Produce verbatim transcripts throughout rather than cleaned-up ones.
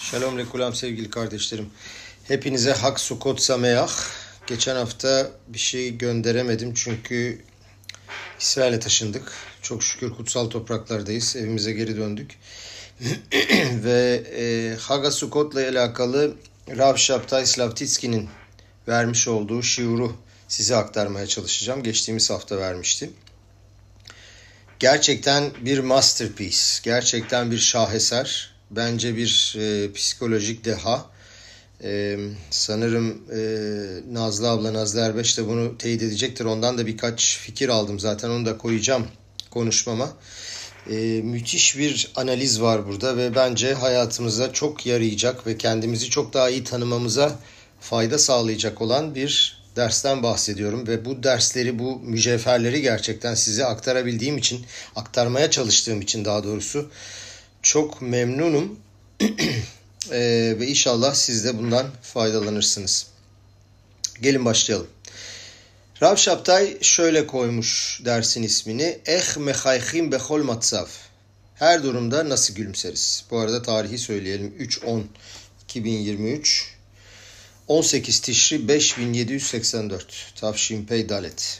Shalom lekulam sevgili kardeşlerim. Hepinize Hak Sukot Sameach. Geçen hafta bir şey gönderemedim çünkü İsrail'e taşındık. Çok şükür kutsal topraklardayız. Evimize geri döndük. Ve e, Haga Sukot'la alakalı Rav Shabtai Slavtitski'nin vermiş olduğu şiuru size aktarmaya çalışacağım. Geçtiğimiz hafta vermiştim. Gerçekten bir masterpiece. Gerçekten bir şaheser. Bence bir e, psikolojik deha. E, sanırım e, Nazlı abla, Nazlı Erbeş de bunu teyit edecektir. Ondan da birkaç fikir aldım. Zaten onu da koyacağım konuşmama. E, müthiş bir analiz var burada ve bence hayatımıza çok yarayacak ve kendimizi çok daha iyi tanımamıza fayda sağlayacak olan bir dersten bahsediyorum. Ve bu dersleri, bu mücevherleri gerçekten size aktarabildiğim için, aktarmaya çalıştığım için daha doğrusu çok memnunum ee, ve inşallah siz de bundan faydalanırsınız. Gelin başlayalım. Rav Shabtai şöyle koymuş dersin ismini. Eh mechaychim bechol matzav. Her durumda nasıl gülümseriz? Bu arada tarihi söyleyelim. üç on iki bin yirmi üç on sekiz Tişri beş bin yedi yüz seksen dört Tavşin Pey Dalet.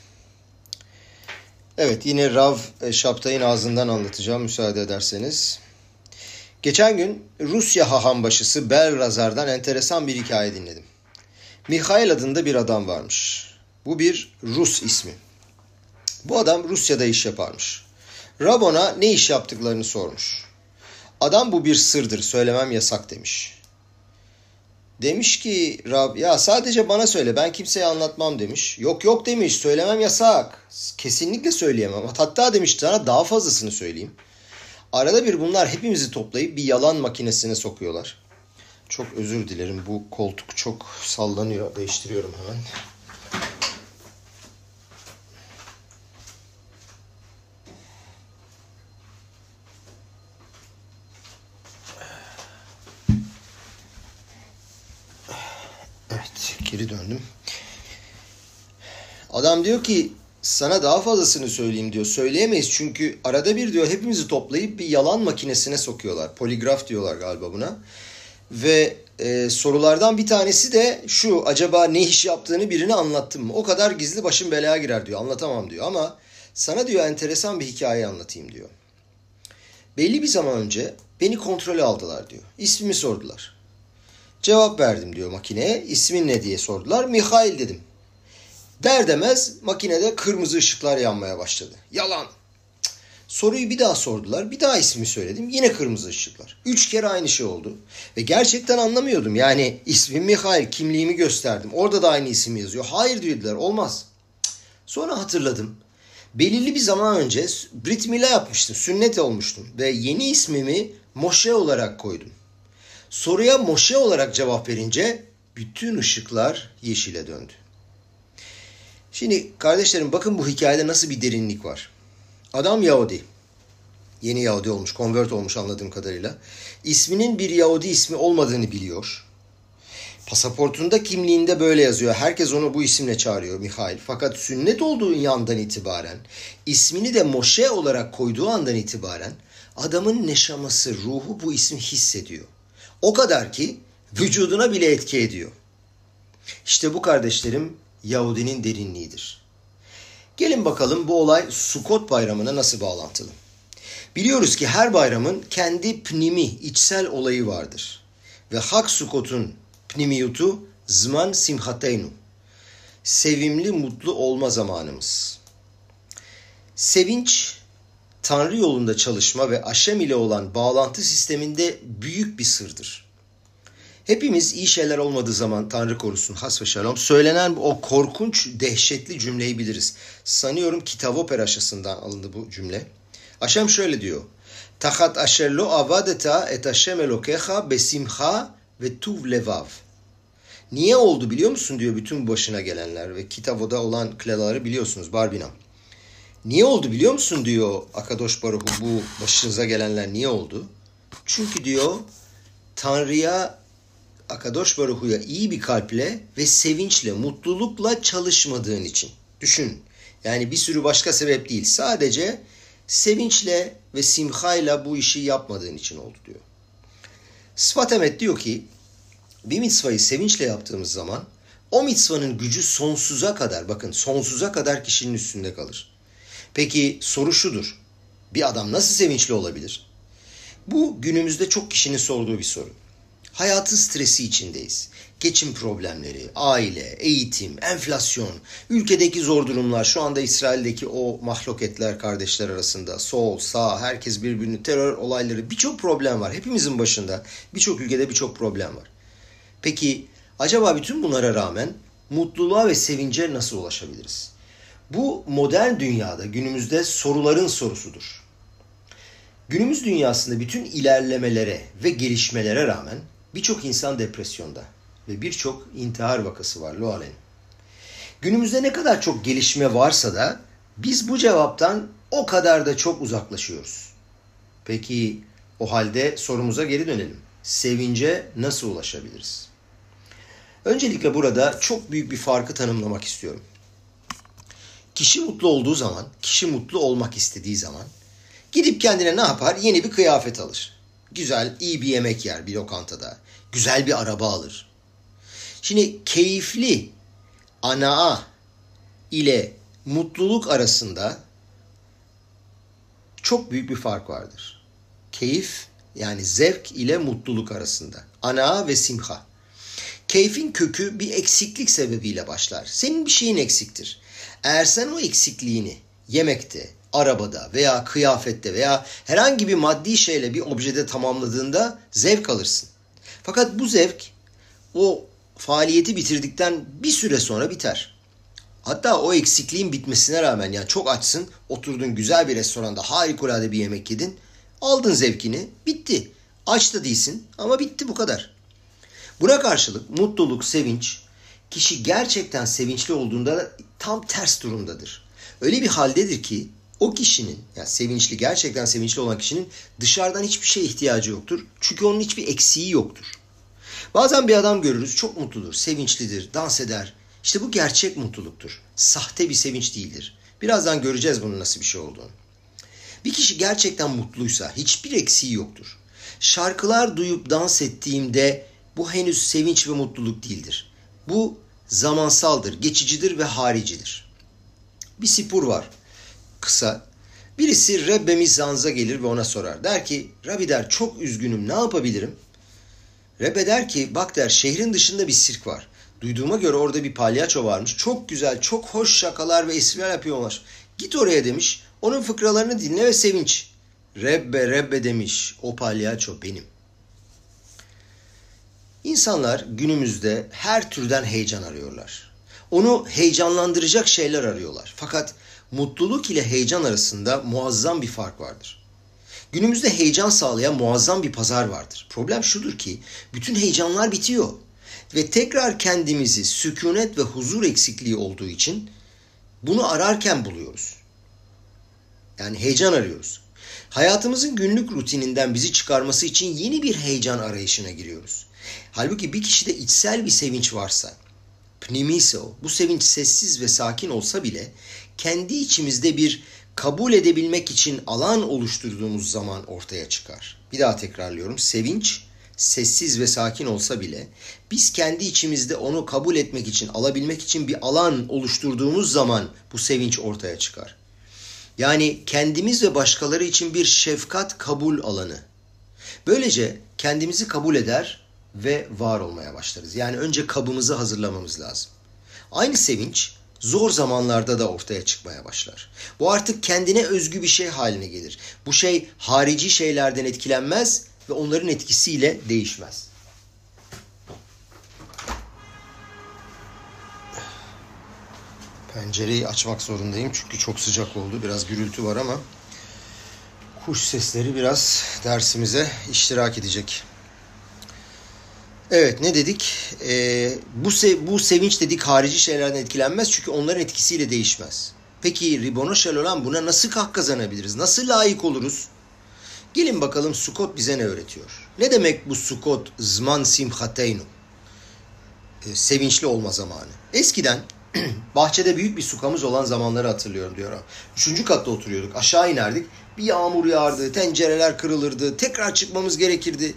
Evet, yine Rav Shabtai'nin ağzından anlatacağım müsaade ederseniz. Geçen gün Rusya hahambaşısı Belrazar'dan enteresan bir hikaye dinledim. Mihail adında bir adam varmış. Bu bir Rus ismi. Bu adam Rusya'da iş yaparmış. Rab ona ne iş yaptıklarını sormuş. Adam bu bir sırdır, söylemem yasak demiş. Demiş ki Rab, ya sadece bana söyle, ben kimseye anlatmam demiş. Yok yok demiş, söylemem yasak. Kesinlikle söyleyemem. Hatta demiş sana daha fazlasını söyleyeyim. Arada bir bunlar hepimizi toplayıp bir yalan makinesine sokuyorlar. Çok özür dilerim, bu koltuk çok sallanıyor. Değiştiriyorum hemen. Evet, geri döndüm. Adam diyor ki sana daha fazlasını söyleyeyim diyor. Söyleyemeyiz çünkü arada bir diyor hepimizi toplayıp bir yalan makinesine sokuyorlar. Poligraf diyorlar galiba buna. Ve e, sorulardan bir tanesi de şu: acaba ne iş yaptığını birine anlattın mı? O kadar gizli başın belaya girer diyor. Anlatamam diyor ama sana diyor enteresan bir hikaye anlatayım diyor. Belli bir zaman önce beni kontrole aldılar diyor. İsmimi sordular. Cevap verdim diyor makineye. İsmin ne diye sordular. Mihail dedim. Der demez makinede kırmızı ışıklar yanmaya başladı. Yalan. Cık. Soruyu bir daha sordular. Bir daha ismi söyledim. Yine kırmızı ışıklar. Üç kere aynı şey oldu. Ve gerçekten anlamıyordum. Yani ismim Mihail, kimliğimi gösterdim. Orada da aynı isim yazıyor. Hayır dediler, olmaz. Cık. Sonra hatırladım. Belirli bir zaman önce Brit Mila yapmıştım. Sünnet olmuştum. Ve yeni ismimi Moshe olarak koydum. Soruya Moshe olarak cevap verince bütün ışıklar yeşile döndü. Şimdi kardeşlerim, bakın bu hikayede nasıl bir derinlik var. Adam Yahudi. Yeni Yahudi olmuş, convert olmuş anladığım kadarıyla. İsminin bir Yahudi ismi olmadığını biliyor. Pasaportunda, kimliğinde böyle yazıyor. Herkes onu bu isimle çağırıyor, Mihail. Fakat sünnet olduğu yandan itibaren, ismini de Moshe olarak koyduğu andan itibaren adamın neşaması, ruhu bu ismi hissediyor. O kadar ki vücuduna bile etki ediyor. İşte bu kardeşlerim Yahudinin derinliğidir. Gelin bakalım bu olay Sukot bayramına nasıl bağlantılı? Biliyoruz ki her bayramın kendi pnimi, içsel olayı vardır. Ve Hak Sukot'un pnimiyutu zman simhateynu. Sevimli, mutlu olma zamanımız. Sevinç, Tanrı yolunda çalışma ve Aşem ile olan bağlantı sisteminde büyük bir sırdır. Hepimiz iyi şeyler olmadığı zaman, Tanrı korusun, has ve şalom, söylenen o korkunç, dehşetli cümleyi biliriz. Sanıyorum Kitap Oper aşısından alındı bu cümle. Aşem şöyle diyor. Tahat asher lo avadeta et Hashem elokecha besimcha ve tuv levav. Niye oldu biliyor musun diyor bütün bu başına gelenler ve Kitavo'da olan klelaları biliyorsunuz, Barbinam. Niye oldu biliyor musun diyor Akadosh Baruhu, bu başınıza gelenler niye oldu? Çünkü diyor Tanrı'ya, Akadosh Baruhu'ya iyi bir kalple ve sevinçle, mutlulukla çalışmadığın için. Düşün. Yani bir sürü başka sebep değil. Sadece sevinçle ve simhayla bu işi yapmadığın için oldu diyor. Sıfat Emet diyor ki bir mitzvayı sevinçle yaptığımız zaman o mitzvanın gücü sonsuza kadar, bakın sonsuza kadar kişinin üstünde kalır. Peki soru şudur. Bir adam nasıl sevinçli olabilir? Bu günümüzde çok kişinin sorduğu bir soru. Hayatın stresi içindeyiz. Geçim problemleri, aile, eğitim, enflasyon, ülkedeki zor durumlar, şu anda İsrail'deki o mahluketler kardeşler arasında, sol, sağ, herkes birbirini, terör olayları, birçok problem var. Hepimizin başında birçok ülkede birçok problem var. Peki acaba bütün bunlara rağmen mutluluğa ve sevince nasıl ulaşabiliriz? Bu modern dünyada günümüzde soruların sorusudur. Günümüz dünyasında bütün ilerlemelere ve gelişmelere rağmen birçok insan depresyonda ve birçok intihar vakası var Loalen. Günümüzde ne kadar çok gelişme varsa da biz bu cevaptan o kadar da çok uzaklaşıyoruz. Peki o halde sorumuza geri dönelim. Sevince nasıl ulaşabiliriz? Öncelikle burada çok büyük bir farkı tanımlamak istiyorum. Kişi mutlu olduğu zaman, kişi mutlu olmak istediği zaman gidip kendine ne yapar? Yeni bir kıyafet alır. Güzel, iyi bir yemek yer bir lokantada. Güzel bir araba alır. Şimdi keyifli ana ile mutluluk arasında çok büyük bir fark vardır. Keyif yani zevk ile mutluluk arasında. Ana ve simha. Keyfin kökü bir eksiklik sebebiyle başlar. Senin bir şeyin eksiktir. Eğer sen o eksikliğini yemekte, arabada veya kıyafette veya herhangi bir maddi şeyle bir objede tamamladığında zevk alırsın. Fakat bu zevk o faaliyeti bitirdikten bir süre sonra biter. Hatta o eksikliğin bitmesine rağmen, yani çok açsın, oturdun güzel bir restoranda harikulade bir yemek yedin, aldın zevkini, bitti. Aç da değilsin ama bitti, bu kadar. Buna karşılık mutluluk, sevinç, kişi gerçekten sevinçli olduğunda tam ters durumdadır. Öyle bir haldedir ki o kişinin, yani sevinçli, gerçekten sevinçli olan kişinin dışarıdan hiçbir şeye ihtiyacı yoktur. Çünkü onun hiçbir eksiği yoktur. Bazen bir adam görürüz, çok mutludur, sevinçlidir, dans eder. İşte bu gerçek mutluluktur. Sahte bir sevinç değildir. Birazdan göreceğiz bunun nasıl bir şey olduğunu. Bir kişi gerçekten mutluysa hiçbir eksiği yoktur. Şarkılar duyup dans ettiğimde bu henüz sevinç ve mutluluk değildir. Bu zamansaldır, geçicidir ve haricidir. Bir sipur var, kısa. Birisi Rebbemiz zanza gelir ve ona sorar. Der ki, Rabbi der, çok üzgünüm, ne yapabilirim? Rebbe der ki, bak der, şehrin dışında bir sirk var. Duyduğuma göre orada bir palyaço varmış. Çok güzel, çok hoş şakalar ve espriler yapıyorlar. Git oraya demiş, onun fıkralarını dinle ve sevinç. Rebbe, Rebbe demiş, o palyaço benim. İnsanlar günümüzde her türden heyecan arıyorlar. Onu heyecanlandıracak şeyler arıyorlar. Fakat mutluluk ile heyecan arasında muazzam bir fark vardır. Günümüzde heyecan sağlayan muazzam bir pazar vardır. Problem şudur ki bütün heyecanlar bitiyor. Ve tekrar kendimizi sükunet ve huzur eksikliği olduğu için bunu ararken buluyoruz. Yani heyecan arıyoruz. Hayatımızın günlük rutininden bizi çıkarması için yeni bir heyecan arayışına giriyoruz. Halbuki bir kişide içsel bir sevinç varsa, pnimise o, bu sevinç sessiz ve sakin olsa bile kendi içimizde bir kabul edebilmek için alan oluşturduğumuz zaman ortaya çıkar. Bir daha tekrarlıyorum. Sevinç sessiz ve sakin olsa bile biz kendi içimizde onu kabul etmek için, alabilmek için bir alan oluşturduğumuz zaman bu sevinç ortaya çıkar. Yani kendimiz ve başkaları için bir şefkat kabul alanı. Böylece kendimizi kabul eder ve var olmaya başlarız. Yani önce kabımızı hazırlamamız lazım. Aynı sevinç zor zamanlarda da ortaya çıkmaya başlar. Bu artık kendine özgü bir şey haline gelir. Bu şey harici şeylerden etkilenmez ve onların etkisiyle değişmez. Pencereyi açmak zorundayım çünkü çok sıcak oldu. Biraz gürültü var ama kuş sesleri biraz dersimize iştirak edecek. Evet, ne dedik? Ee, bu, se- bu sevinç dedik harici şeylerden etkilenmez çünkü onların etkisiyle değişmez. Peki Ribono Shel Olam buna nasıl hak kazanabiliriz? Nasıl layık oluruz? Gelin bakalım Sukkot bize ne öğretiyor? Ne demek bu Sukkot? Zman simchateynu. Ee, sevinçli olma zamanı. Eskiden bahçede büyük bir sukamız olan zamanları hatırlıyorum diyor. Üçüncü katta oturuyorduk. Aşağı inerdik. Bir yağmur yağardı. Tencereler kırılırdı. Tekrar çıkmamız gerekirdi.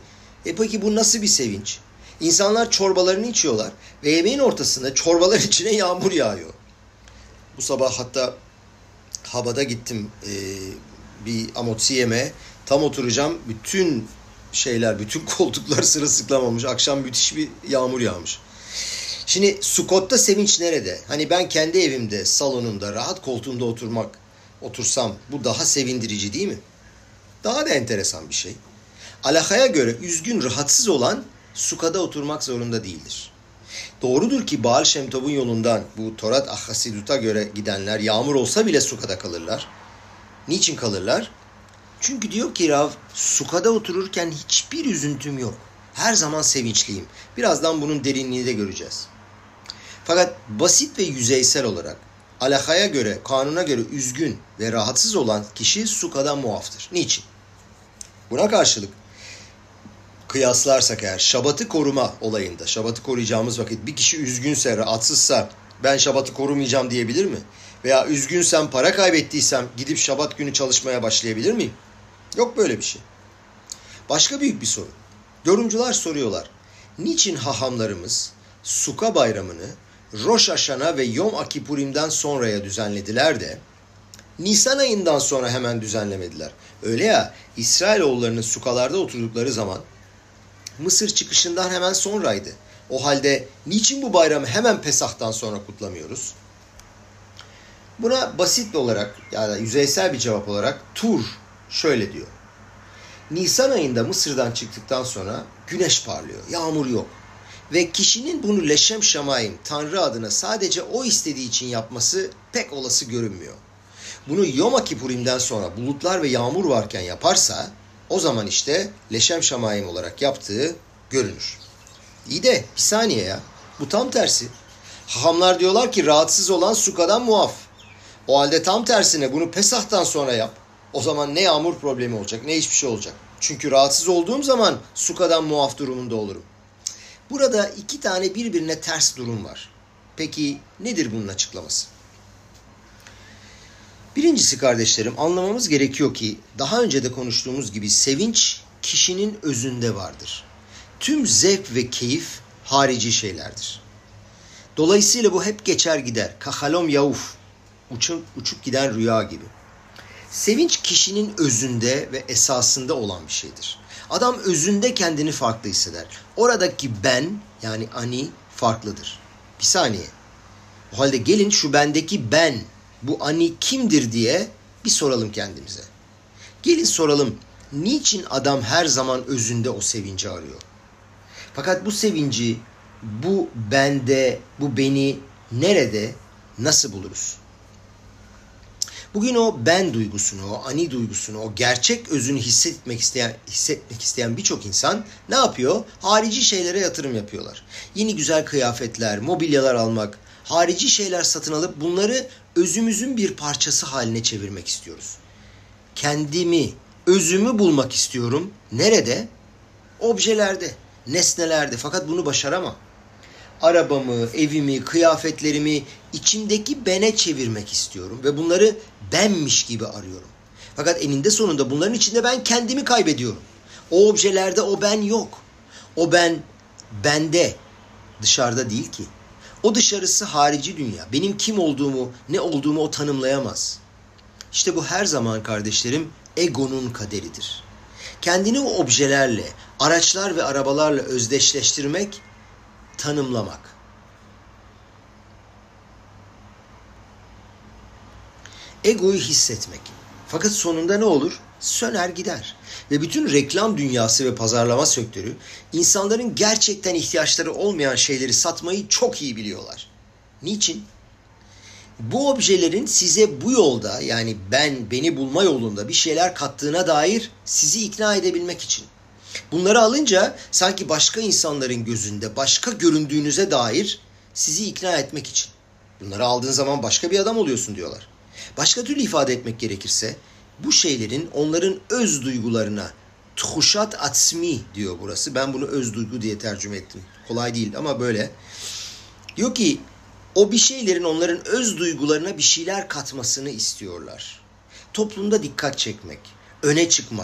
E peki bu nasıl bir sevinç? İnsanlar çorbalarını içiyorlar ve yemeğin ortasında çorbalar içine yağmur yağıyor. Bu sabah hatta Haba'da gittim e, bir amotsi yeme. Tam oturacağım. Bütün şeyler, bütün koltuklar sırılsıklam olmuş. Akşam müthiş bir yağmur yağmış. Şimdi Sukkot'ta sevinç nerede? Hani ben kendi evimde, salonumda, rahat koltuğumda oturmak, otursam bu daha sevindirici değil mi? Daha da enteresan bir şey. Alakaya göre üzgün, rahatsız olan Sukka'da oturmak zorunda değildir. Doğrudur ki Baal Shem Tov'un yolundan bu Torat Ahasidut'a göre gidenler yağmur olsa bile Sukka'da kalırlar. Niçin kalırlar? Çünkü diyor ki Rav, Sukka'da otururken hiçbir üzüntüm yok. Her zaman sevinçliyim. Birazdan bunun derinliğini de göreceğiz. Fakat basit ve yüzeysel olarak alakaya göre, kanuna göre üzgün ve rahatsız olan kişi Sukka'dan muaftır. Niçin? Buna karşılık kıyaslarsak eğer Şabat'ı koruma olayında, Şabat'ı koruyacağımız vakit bir kişi üzgünse, rahatsızsa ben Şabat'ı korumayacağım diyebilir mi? Veya üzgünsem, para kaybettiysem gidip Şabat günü çalışmaya başlayabilir miyim? Yok böyle bir şey. Başka büyük bir sorun. Yorumcular soruyorlar. Niçin hahamlarımız Suka bayramını Rosh Hashanah ve Yom Akipurim'den sonraya düzenlediler de Nisan ayından sonra hemen düzenlemediler? Öyle ya, İsrailoğullarının Sukalarda oturdukları zaman Mısır çıkışından hemen sonraydı. O halde niçin bu bayramı hemen Pesah'tan sonra kutlamıyoruz? Buna basit olarak, yani yüzeysel bir cevap olarak Tur şöyle diyor. Nisan ayında Mısır'dan çıktıktan sonra güneş parlıyor, yağmur yok. Ve kişinin bunu Leşem Şamayim, Tanrı adına sadece o istediği için yapması pek olası görünmüyor. Bunu Yom Kippurim'den sonra bulutlar ve yağmur varken yaparsa o zaman işte Leşem Şamayim olarak yaptığı görünür. İyi de bir saniye ya, bu tam tersi. Hahamlar diyorlar ki rahatsız olan Sukka'dan muaf. O halde tam tersine bunu Pesah'tan sonra yap. O zaman ne yağmur problemi olacak ne hiçbir şey olacak. Çünkü rahatsız olduğum zaman Sukka'dan muaf durumunda olurum. Burada iki tane birbirine ters durum var. Peki nedir bunun açıklaması? Birincisi kardeşlerim, anlamamız gerekiyor ki daha önce de konuştuğumuz gibi sevinç kişinin özünde vardır. Tüm zevk ve keyif harici şeylerdir. Dolayısıyla bu hep geçer gider. Kahalom yauf, uçup, uçup giden rüya gibi. Sevinç kişinin özünde ve esasında olan bir şeydir. Adam özünde kendini farklı hisseder. Oradaki ben, yani ani farklıdır. Bir saniye. O halde gelin şu bendeki ben, bu ani kimdir diye bir soralım kendimize. Gelin soralım, niçin adam her zaman özünde o sevinci arıyor? Fakat bu sevinci, bu bende, bu beni nerede, nasıl buluruz? Bugün o ben duygusunu, o ani duygusunu, o gerçek özünü hissetmek isteyen, hissetmek isteyen birçok insan ne yapıyor? Harici şeylere yatırım yapıyorlar. Yeni güzel kıyafetler, mobilyalar almak, harici şeyler satın alıp bunları özümüzün bir parçası haline çevirmek istiyoruz. Kendimi, özümü bulmak istiyorum. Nerede? Objelerde, nesnelerde. Fakat bunu başaramam. Arabamı, evimi, kıyafetlerimi içimdeki bene çevirmek istiyorum ve bunları benmiş gibi arıyorum. Fakat eninde sonunda bunların içinde ben kendimi kaybediyorum. O objelerde o ben yok. O ben bende, dışarıda değil ki. O dışarısı harici dünya. Benim kim olduğumu, ne olduğumu o tanımlayamaz. İşte bu her zaman kardeşlerim egonun kaderidir. Kendini o objelerle, araçlar ve arabalarla özdeşleştirmek, tanımlamak. Egoyu hissetmek. Fakat sonunda ne olur? Söner gider. Ve bütün reklam dünyası ve pazarlama sektörü insanların gerçekten ihtiyaçları olmayan şeyleri satmayı çok iyi biliyorlar. Niçin? Bu objelerin size bu yolda, yani ben, beni bulma yolunda bir şeyler kattığına dair sizi ikna edebilmek için. Bunları alınca sanki başka insanların gözünde başka göründüğünüze dair sizi ikna etmek için. Bunları aldığın zaman başka bir adam oluyorsun diyorlar. Başka türlü ifade etmek gerekirse bu şeylerin onların öz duygularına, tuhuşat atsmi diyor burası. Ben bunu öz duygu diye tercüme ettim. Kolay değil ama böyle. Diyor ki o bir şeylerin onların öz duygularına bir şeyler katmasını istiyorlar. Toplumda dikkat çekmek, öne çıkmak,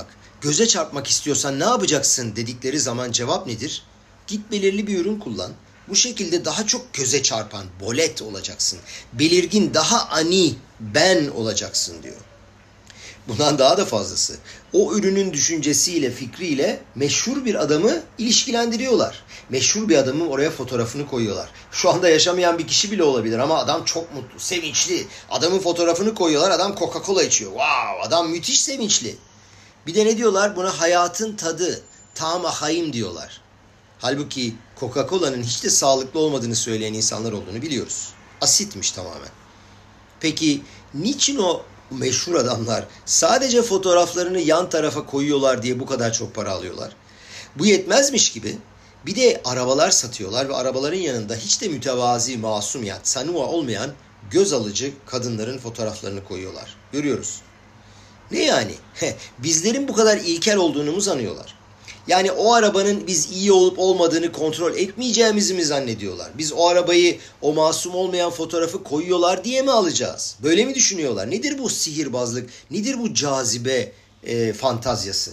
göze çarpmak istiyorsan ne yapacaksın dedikleri zaman cevap nedir? Git belirli bir ürün kullan. Bu şekilde daha çok göze çarpan, bolet olacaksın. Belirgin, daha ani, ben olacaksın diyor. Bundan daha da fazlası. O ürünün düşüncesiyle, fikriyle meşhur bir adamı ilişkilendiriyorlar. Meşhur bir adamın oraya fotoğrafını koyuyorlar. Şu anda yaşamayan bir kişi bile olabilir ama adam çok mutlu, sevinçli. Adamın fotoğrafını koyuyorlar, adam Coca-Cola içiyor. Wow, adam müthiş sevinçli. Bir de ne diyorlar? Buna hayatın tadı, tam ahayim diyorlar. Halbuki Coca-Cola'nın hiç de sağlıklı olmadığını söyleyen insanlar olduğunu biliyoruz. Asitmiş tamamen. Peki niçin o meşhur adamlar sadece fotoğraflarını yan tarafa koyuyorlar diye bu kadar çok para alıyorlar? Bu yetmezmiş gibi bir de arabalar satıyorlar ve arabaların yanında hiç de mütevazi, masum ya sanua olmayan göz alıcı kadınların fotoğraflarını koyuyorlar. Görüyoruz. Ne yani? Bizlerin bu kadar ilkel olduğunu mu sanıyorlar? Yani o arabanın biz iyi olup olmadığını kontrol etmeyeceğimizi mi zannediyorlar? Biz o arabayı, o masum olmayan fotoğrafı koyuyorlar diye mi alacağız? Böyle mi düşünüyorlar? Nedir bu sihirbazlık? Nedir bu cazibe e, fantazyası?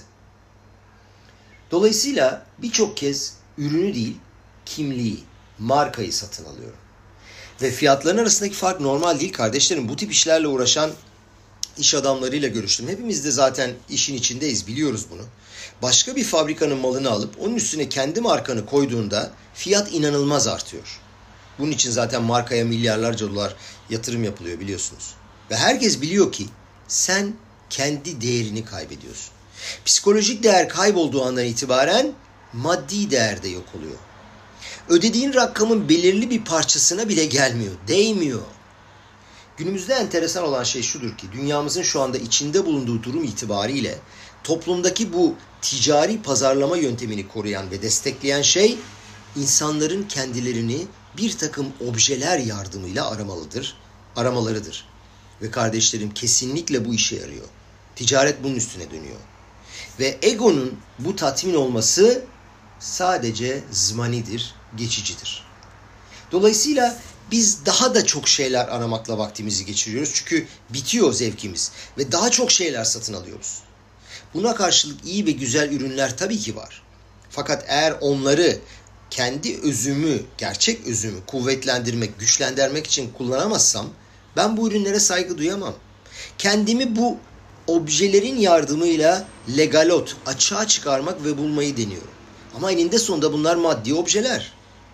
Dolayısıyla birçok kez ürünü değil, kimliği, markayı satın alıyorum. Ve fiyatların arasındaki fark normal değil kardeşlerim. Bu tip işlerle uğraşan iş adamlarıyla görüştüm. Hepimiz de zaten işin içindeyiz, biliyoruz bunu. Başka bir fabrikanın malını alıp onun üstüne kendi markanı koyduğunda fiyat inanılmaz artıyor. Bunun için zaten markaya milyarlarca dolar yatırım yapılıyor biliyorsunuz. Ve herkes biliyor ki sen kendi değerini kaybediyorsun. Psikolojik değer kaybolduğu andan itibaren maddi değer de yok oluyor. Ödediğin rakamın belirli bir parçasına bile gelmiyor, değmiyor. Günümüzde enteresan olan şey şudur ki dünyamızın şu anda içinde bulunduğu durum itibariyle toplumdaki bu ticari pazarlama yöntemini koruyan ve destekleyen şey insanların kendilerini bir takım objeler yardımıyla aramalıdır, aramalarıdır. Ve kardeşlerim kesinlikle bu işe yarıyor. Ticaret bunun üstüne dönüyor. Ve egonun bu tatmin olması sadece zmanidir, geçicidir. Dolayısıyla biz daha da çok şeyler aramakla vaktimizi geçiriyoruz. Çünkü bitiyor zevkimiz ve daha çok şeyler satın alıyoruz. Buna karşılık iyi ve güzel ürünler tabii ki var. Fakat eğer onları kendi özümü, gerçek özümü kuvvetlendirmek, güçlendirmek için kullanamazsam ben bu ürünlere saygı duyamam. Kendimi bu objelerin yardımıyla legalot, açığa çıkarmak ve bulmayı deniyorum. Ama eninde sonunda bunlar maddi objeler.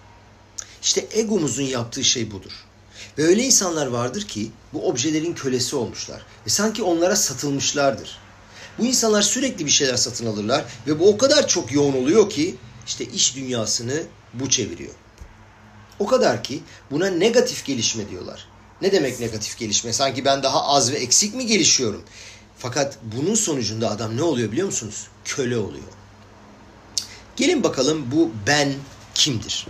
İşte egomuzun yaptığı şey budur. Ve öyle insanlar vardır ki bu objelerin kölesi olmuşlar. Ve sanki onlara satılmışlardır. Bu insanlar sürekli bir şeyler satın alırlar ve bu o kadar çok yoğun oluyor ki işte iş dünyasını bu çeviriyor. O kadar ki buna negatif gelişme diyorlar. Ne demek negatif gelişme? Sanki ben daha az ve eksik mi gelişiyorum? Fakat bunun sonucunda adam ne oluyor biliyor musunuz? Köle oluyor. Gelin bakalım bu ben kimdir?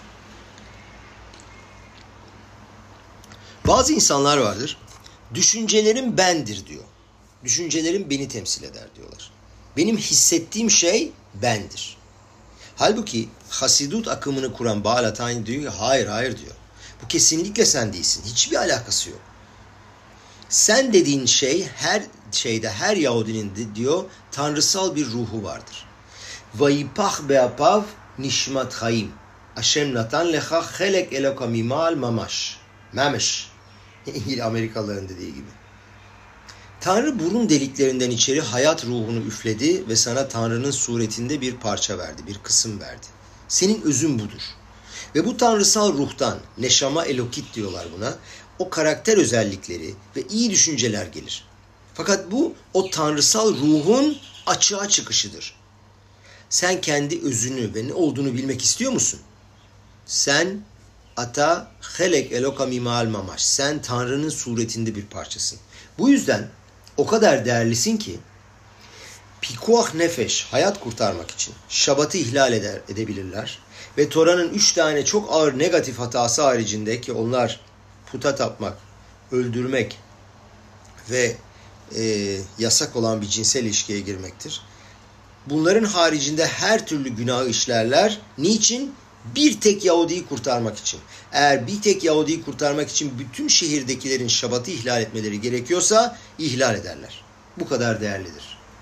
Bazı insanlar vardır. Düşüncelerim bendir diyor. Düşüncelerim beni temsil eder diyorlar. Benim hissettiğim şey bendir. Halbuki Hasidut akımını kuran Baal Hatayni diyor ki hayır hayır diyor. Bu kesinlikle sen değilsin. Hiçbir alakası yok. Sen dediğin şey her şeyde, her Yahudinin de diyor tanrısal bir ruhu vardır. Vayipach beapav nişmat hayim. Hashem natan lecha helek eloka mimal mamash. Mamesh. İngiliz Amerikalıların dediği gibi. Tanrı burun deliklerinden içeri hayat ruhunu üfledi ve sana Tanrı'nın suretinde bir parça verdi, bir kısım verdi. Senin özün budur. Ve bu tanrısal ruhtan, neşama elokit diyorlar buna, o karakter özellikleri ve iyi düşünceler gelir. Fakat bu o tanrısal ruhun açığa çıkışıdır. Sen kendi özünü ve ne olduğunu bilmek istiyor musun? Sen ata helek eloka mimal mamash. Sen Tanrı'nın suretinde bir parçasın. Bu yüzden o kadar değerlisin ki pikuah nefeş, hayat kurtarmak için şabatı ihlal eder, edebilirler. Ve Tora'nın üç tane çok ağır negatif hatası haricinde ki onlar puta tapmak, öldürmek ve e, yasak olan bir cinsel ilişkiye girmektir. Bunların haricinde her türlü günahı işlerler. Niçin? Bir tek Yahudi'yi kurtarmak için. Eğer bir tek Yahudi'yi kurtarmak için bütün şehirdekilerin şabatı ihlal etmeleri gerekiyorsa ihlal ederler. Bu kadar değerlidir.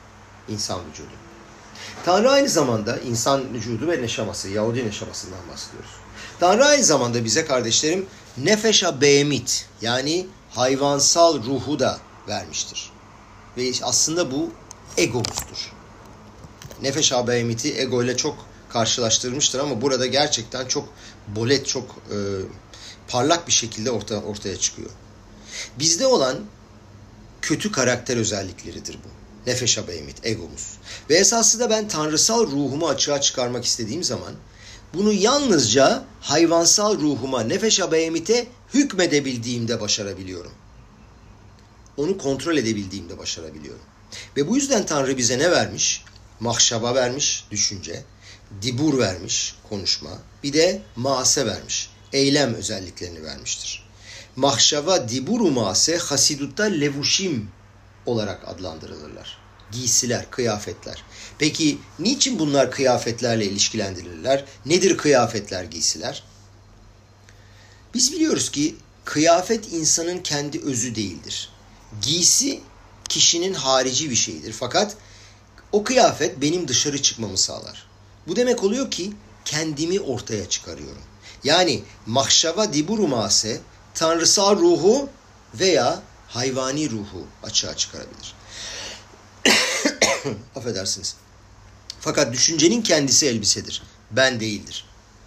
insan vücudu. Tanrı aynı zamanda insan vücudu ve neşaması, Yahudi neşamasından bahsediyoruz. Tanrı aynı zamanda bize kardeşlerim nefeşa behemit yani hayvansal ruhu da vermiştir. Ve aslında bu egomuzdur. Nefeşa behemiti ego ile çok karşılaştırmıştır ama burada gerçekten çok bolet, çok e, parlak bir şekilde orta, ortaya çıkıyor. Bizde olan kötü karakter özellikleridir bu. Nefeşa behemit, egomuz. Ve esasında ben tanrısal ruhumu açığa çıkarmak istediğim zaman bunu yalnızca hayvansal ruhuma, nefeşa behemite hükmedebildiğimde başarabiliyorum. Onu kontrol edebildiğimde başarabiliyorum. Ve bu yüzden Tanrı bize ne vermiş? Mahşaba vermiş, düşünce. Dibur vermiş, konuşma. Bir de maase vermiş, eylem özelliklerini vermiştir. Mahşava, diburu, maase, hasidutta levuşim olarak adlandırılırlar. Giysiler, kıyafetler. Peki niçin bunlar kıyafetlerle ilişkilendirilirler? Nedir kıyafetler, giysiler? Biz biliyoruz ki kıyafet insanın kendi özü değildir. Giysi kişinin harici bir şeyidir. Fakat o kıyafet benim dışarı çıkmamı sağlar. Bu demek oluyor ki kendimi ortaya çıkarıyorum. Yani mahşava diburu maase tanrısal ruhu veya hayvani ruhu açığa çıkarabilir. Affedersiniz. Fakat düşüncenin kendisi elbisedir. Ben değildir.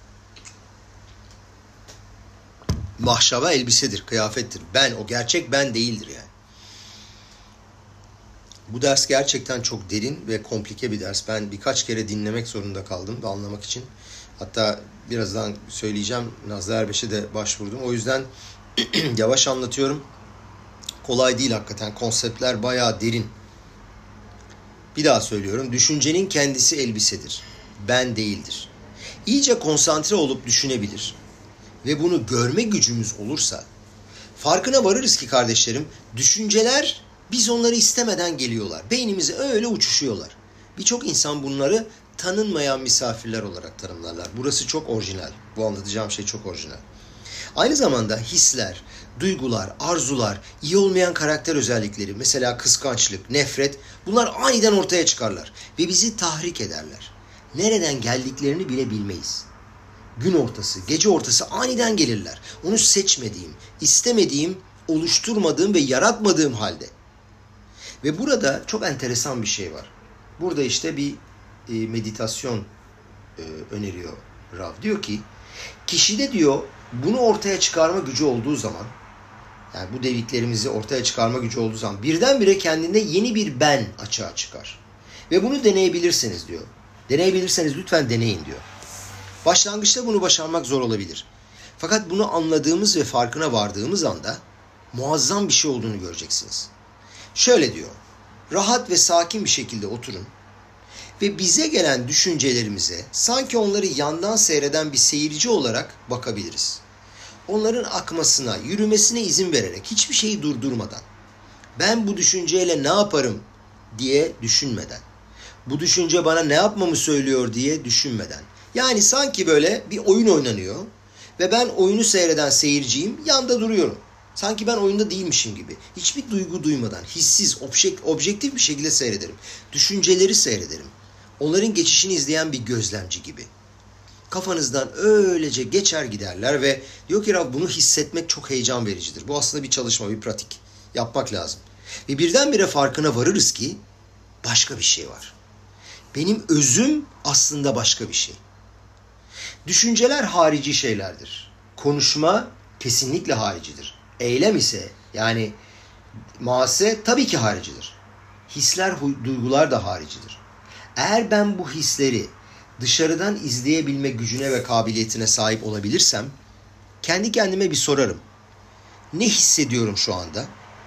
Mahşaba elbisedir, kıyafettir. Ben, o gerçek ben değildir yani. Bu ders gerçekten çok derin ve komplike bir ders. Ben birkaç kere dinlemek zorunda kaldım ve anlamak için. Hatta birazdan söyleyeceğim, Nazlı Erbeş'e de başvurdum. O yüzden yavaş anlatıyorum. Kolay değil hakikaten. Konseptler bayağı derin. Bir daha söylüyorum. Düşüncenin kendisi elbisedir. Ben değildir. İyice konsantre olup düşünebilir ve bunu görme gücümüz olursa farkına varırız ki kardeşlerim, düşünceler biz onları istemeden geliyorlar. Beynimize öyle uçuşuyorlar. Birçok insan bunları tanınmayan misafirler olarak tanımlarlar. Burası çok orijinal. Bu anlatacağım şey çok orijinal. Aynı zamanda hisler, duygular, arzular, iyi olmayan karakter özellikleri, mesela kıskançlık, nefret, bunlar aniden ortaya çıkarlar ve bizi tahrik ederler. Nereden geldiklerini bile bilmeyiz. Gün ortası, gece ortası aniden gelirler. Onu seçmediğim, istemediğim, oluşturmadığım ve yaratmadığım halde. Ve burada çok enteresan bir şey var. Burada işte bir e, meditasyon e, öneriyor Rav. Diyor ki, kişide diyor bunu ortaya çıkarma gücü olduğu zaman, yani bu dediklerimizi ortaya çıkarma gücü olduğu zaman birdenbire kendinde yeni bir ben açığa çıkar. Ve bunu deneyebilirsiniz diyor. Deneyebilirseniz lütfen deneyin diyor. Başlangıçta bunu başarmak zor olabilir. Fakat bunu anladığımız ve farkına vardığımız anda muazzam bir şey olduğunu göreceksiniz. Şöyle diyor, rahat ve sakin bir şekilde oturun ve bize gelen düşüncelerimize sanki onları yandan seyreden bir seyirci olarak bakabiliriz. Onların akmasına, yürümesine izin vererek, hiçbir şeyi durdurmadan, ben bu düşünceyle ne yaparım diye düşünmeden, bu düşünce bana ne yapmamı söylüyor diye düşünmeden, yani sanki böyle bir oyun oynanıyor ve ben oyunu seyreden seyirciyim, yanda duruyorum. Sanki ben oyunda değilmişim gibi. Hiçbir duygu duymadan, hissiz, objek, objektif bir şekilde seyrederim. Düşünceleri seyrederim. Onların geçişini izleyen bir gözlemci gibi. Kafanızdan öylece geçer giderler ve diyor ki Rab, bunu hissetmek çok heyecan vericidir. Bu aslında bir çalışma, bir pratik. Yapmak lazım. Ve birdenbire farkına varırız ki başka bir şey var. Benim özüm aslında başka bir şey. Düşünceler harici şeylerdir. Konuşma kesinlikle haricidir. Eylem ise, yani maase tabii ki haricidir. Hisler, duygular da haricidir. Eğer ben bu hisleri dışarıdan izleyebilme gücüne ve kabiliyetine sahip olabilirsem, kendi kendime bir sorarım. Ne hissediyorum şu anda?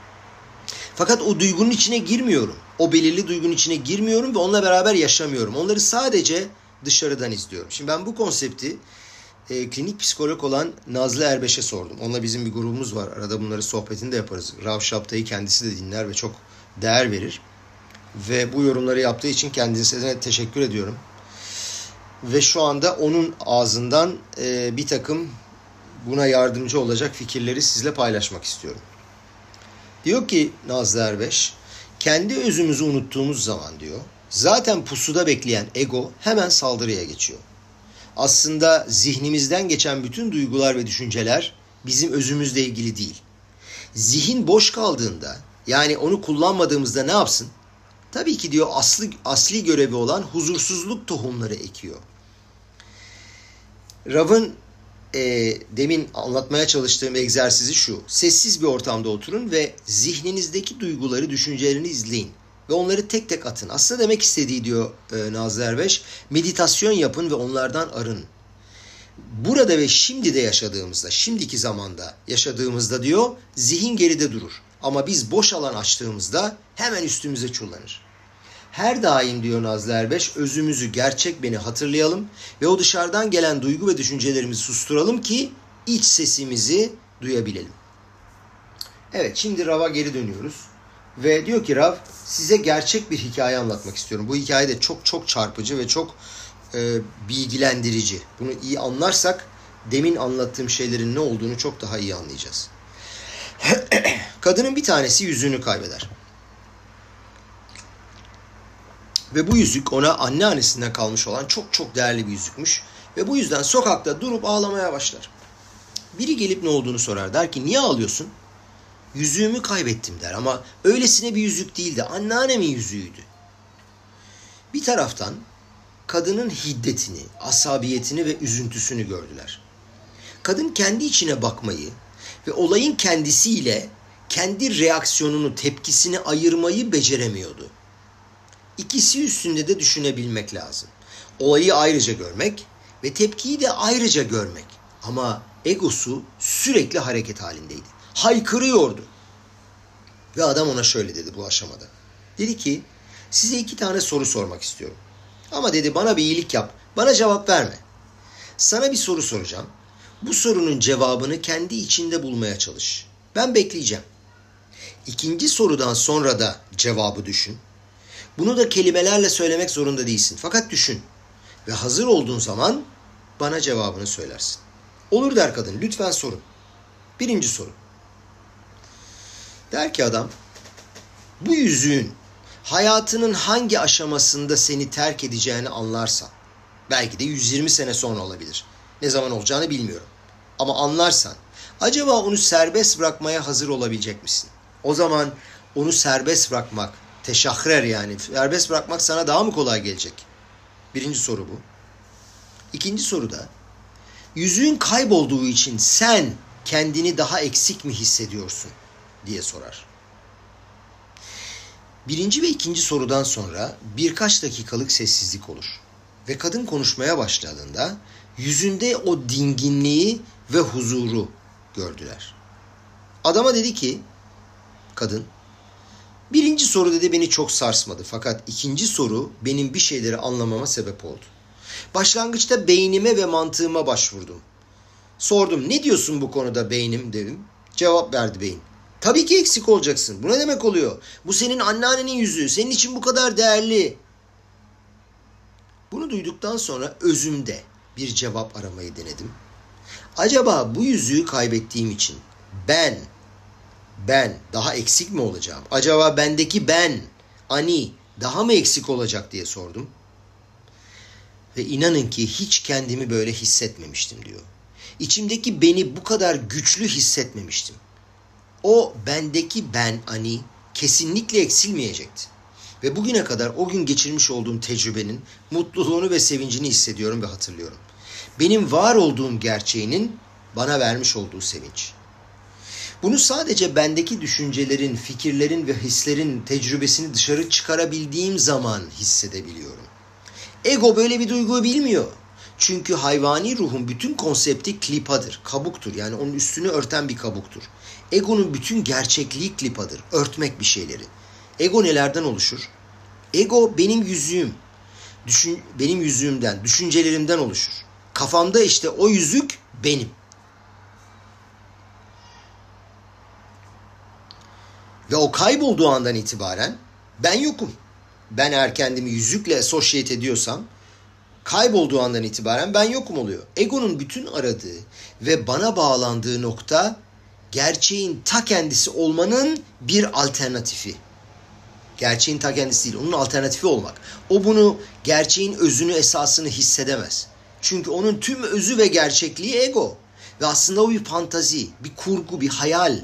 Fakat o duygunun içine girmiyorum. O belirli duygunun içine girmiyorum ve onunla beraber yaşamıyorum. Onları sadece dışarıdan izliyorum. Şimdi ben bu konsepti e, klinik psikolog olan Nazlı Erbeş'e sordum. Onunla bizim bir grubumuz var. Arada bunları sohbetini de yaparız. Rav Shabta'yı kendisi de dinler ve çok değer verir. Ve bu yorumları yaptığı için kendisine teşekkür ediyorum. Ve şu anda onun ağzından e, bir takım buna yardımcı olacak fikirleri sizle paylaşmak istiyorum. Diyor ki Nazlı Erbeş, kendi özümüzü unuttuğumuz zaman diyor, Zaten pusuda bekleyen ego hemen saldırıya geçiyor. Aslında zihnimizden geçen bütün duygular ve düşünceler bizim özümüzle ilgili değil. Zihin boş kaldığında, yani onu kullanmadığımızda ne yapsın? Tabii ki diyor aslı, asli görevi olan huzursuzluk tohumları ekiyor. Rav'ın e, demin anlatmaya çalıştığım egzersizi şu. Sessiz bir ortamda oturun ve zihninizdeki duyguları, düşüncelerini izleyin. Ve onları tek tek atın. Aslında demek istediği diyor e, Nazlı Erbeş, meditasyon yapın ve onlardan arının. Burada ve şimdi de yaşadığımızda, şimdiki zamanda yaşadığımızda diyor, zihin geride durur. Ama biz boş alan açtığımızda hemen üstümüze çullanır. Her daim diyor Nazlı Erbeş, özümüzü, gerçek beni hatırlayalım ve o dışarıdan gelen duygu ve düşüncelerimizi susturalım ki iç sesimizi duyabilelim. Evet, şimdi Rav'a geri dönüyoruz. Ve diyor ki Rav, size gerçek bir hikaye anlatmak istiyorum. Bu hikaye de çok çok çarpıcı ve çok e, bilgilendirici. Bunu iyi anlarsak demin anlattığım şeylerin ne olduğunu çok daha iyi anlayacağız. Kadının bir tanesi yüzüğünü kaybeder. Ve bu yüzük ona anneannesinden kalmış olan çok çok değerli bir yüzükmüş. Ve bu yüzden sokakta durup ağlamaya başlar. Biri gelip ne olduğunu sorar. Der ki niye ağlıyorsun? Yüzüğümü kaybettim der ama öylesine bir yüzük değildi. Anneannemin yüzüğüydü. Bir taraftan kadının hiddetini, asabiyetini ve üzüntüsünü gördüler. Kadın kendi içine bakmayı ve olayın kendisiyle kendi reaksiyonunu, tepkisini ayırmayı beceremiyordu. İkisi üstünde de düşünebilmek lazım. Olayı ayrıca görmek ve tepkiyi de ayrıca görmek. Ama egosu sürekli hareket halindeydi. Haykırıyordu. Ve adam ona şöyle dedi bu aşamada. Dedi ki size iki tane soru sormak istiyorum. Ama dedi bana bir iyilik yap. Bana cevap verme. Sana bir soru soracağım. Bu sorunun cevabını kendi içinde bulmaya çalış. Ben bekleyeceğim. İkinci sorudan sonra da cevabı düşün. Bunu da kelimelerle söylemek zorunda değilsin. Fakat düşün. Ve hazır olduğun zaman bana cevabını söylersin. Olur der kadın. Lütfen sorun. Birinci soru. Der ki adam, bu yüzüğün hayatının hangi aşamasında seni terk edeceğini anlarsan, belki de yüz yirmi sene sonra olabilir. Ne zaman olacağını bilmiyorum. Ama anlarsan, acaba onu serbest bırakmaya hazır olabilecek misin? O zaman onu serbest bırakmak, teşahrer yani, serbest bırakmak sana daha mı kolay gelecek? Birinci soru bu. İkinci soru da, yüzüğün kaybolduğu için sen kendini daha eksik mi hissediyorsun diye sorar. Birinci ve ikinci sorudan sonra birkaç dakikalık sessizlik olur. Ve kadın konuşmaya başladığında yüzünde o dinginliği ve huzuru gördüler. Adama dedi ki, kadın, birinci soru dedi beni çok sarsmadı fakat ikinci soru benim bir şeyleri anlamama sebep oldu. Başlangıçta beynime ve mantığıma başvurdum. Sordum, ne diyorsun bu konuda beynim dedim. Cevap verdi beyin. Tabii ki eksik olacaksın. Bu ne demek oluyor? Bu senin anneannenin yüzüğü. Senin için bu kadar değerli. Bunu duyduktan sonra özümde bir cevap aramayı denedim. Acaba bu yüzüğü kaybettiğim için ben, ben daha eksik mi olacağım? Acaba bendeki ben, ani daha mı eksik olacak diye sordum. Ve inanın ki hiç kendimi böyle hissetmemiştim diyor. İçimdeki beni bu kadar güçlü hissetmemiştim. O bendeki ben ani kesinlikle eksilmeyecekti. Ve bugüne kadar o gün geçirmiş olduğum tecrübenin mutluluğunu ve sevincini hissediyorum ve hatırlıyorum. Benim var olduğum gerçeğinin bana vermiş olduğu sevinç. Bunu sadece bendeki düşüncelerin, fikirlerin ve hislerin tecrübesini dışarı çıkarabildiğim zaman hissedebiliyorum. Ego böyle bir duyguyu bilmiyor. Çünkü hayvani ruhun bütün konsepti klipadır, kabuktur. Yani onun üstünü örten bir kabuktur. Egonun bütün gerçekliği klipadır, örtmek bir şeyleri. Ego nelerden oluşur? Ego benim yüzüğüm. Düşün, benim yüzüğümden, düşüncelerimden oluşur. Kafamda işte o yüzük benim. Ve o kaybolduğu andan itibaren ben yokum. Ben eğer kendimi yüzükle associate ediyorsam kaybolduğu andan itibaren ben yokum oluyor. Egonun bütün aradığı ve bana bağlandığı nokta gerçeğin ta kendisi olmanın bir alternatifi. Gerçeğin ta kendisi değil. Onun alternatifi olmak. O bunu, gerçeğin özünü, esasını hissedemez. Çünkü onun tüm özü ve gerçekliği ego. Ve aslında o bir fantazi, bir kurgu, bir hayal.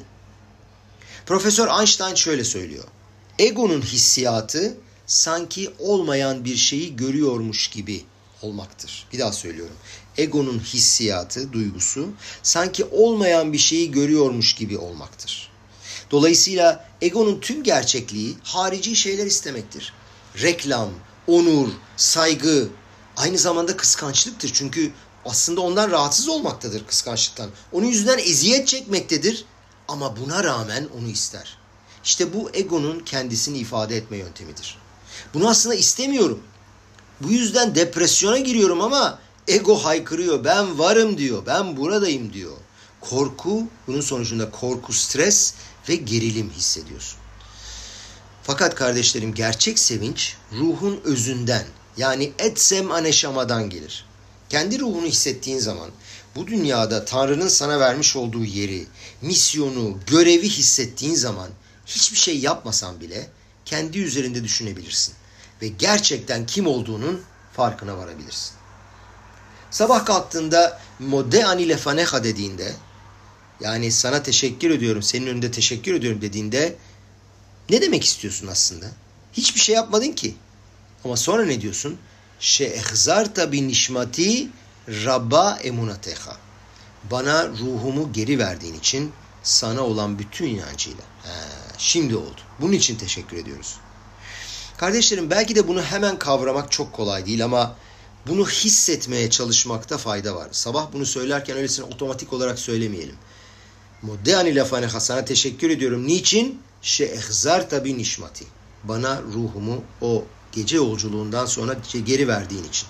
Profesör Einstein şöyle söylüyor. Egonun hissiyatı sanki olmayan bir şeyi görüyormuş gibi olmaktır. Bir daha söylüyorum. Egonun hissiyatı, duygusu sanki olmayan bir şeyi görüyormuş gibi olmaktır. Dolayısıyla egonun tüm gerçekliği harici şeyler istemektir. Reklam, onur, saygı, aynı zamanda kıskançlıktır. Çünkü aslında ondan rahatsız olmaktadır kıskançlıktan. Onun yüzünden eziyet çekmektedir ama buna rağmen onu ister. İşte bu egonun kendisini ifade etme yöntemidir. Bunu aslında istemiyorum. Bu yüzden depresyona giriyorum ama ego haykırıyor. Ben varım diyor. Ben buradayım diyor. Korku, bunun sonucunda korku, stres ve gerilim hissediyorsun. Fakat kardeşlerim, gerçek sevinç ruhun özünden, yani etsem aneşamadan gelir. Kendi ruhunu hissettiğin zaman bu dünyada Tanrı'nın sana vermiş olduğu yeri, misyonu, görevi hissettiğin zaman hiçbir şey yapmasan bile kendi üzerinde düşünebilirsin. Ve gerçekten kim olduğunun farkına varabilirsin. Sabah kalktığında Modeani lefaneha dediğinde, yani sana teşekkür ediyorum, senin önünde teşekkür ediyorum dediğinde ne demek istiyorsun aslında? Hiçbir şey yapmadın ki. Ama sonra ne diyorsun? She'ehzarta bi nişmati rabba emunateha. Bana ruhumu geri verdiğin için sana olan bütün inancıyla. He, şimdi oldu. Bunun için teşekkür ediyoruz. Kardeşlerim, belki de bunu hemen kavramak çok kolay değil ama bunu hissetmeye çalışmakta fayda var. Sabah bunu söylerken öylesine otomatik olarak söylemeyelim. Modeani lefaneha, sana teşekkür ediyorum. Niçin? She'ehzarta bi nişmati. Bana ruhumu o gece yolculuğundan sonra geri verdiğin için.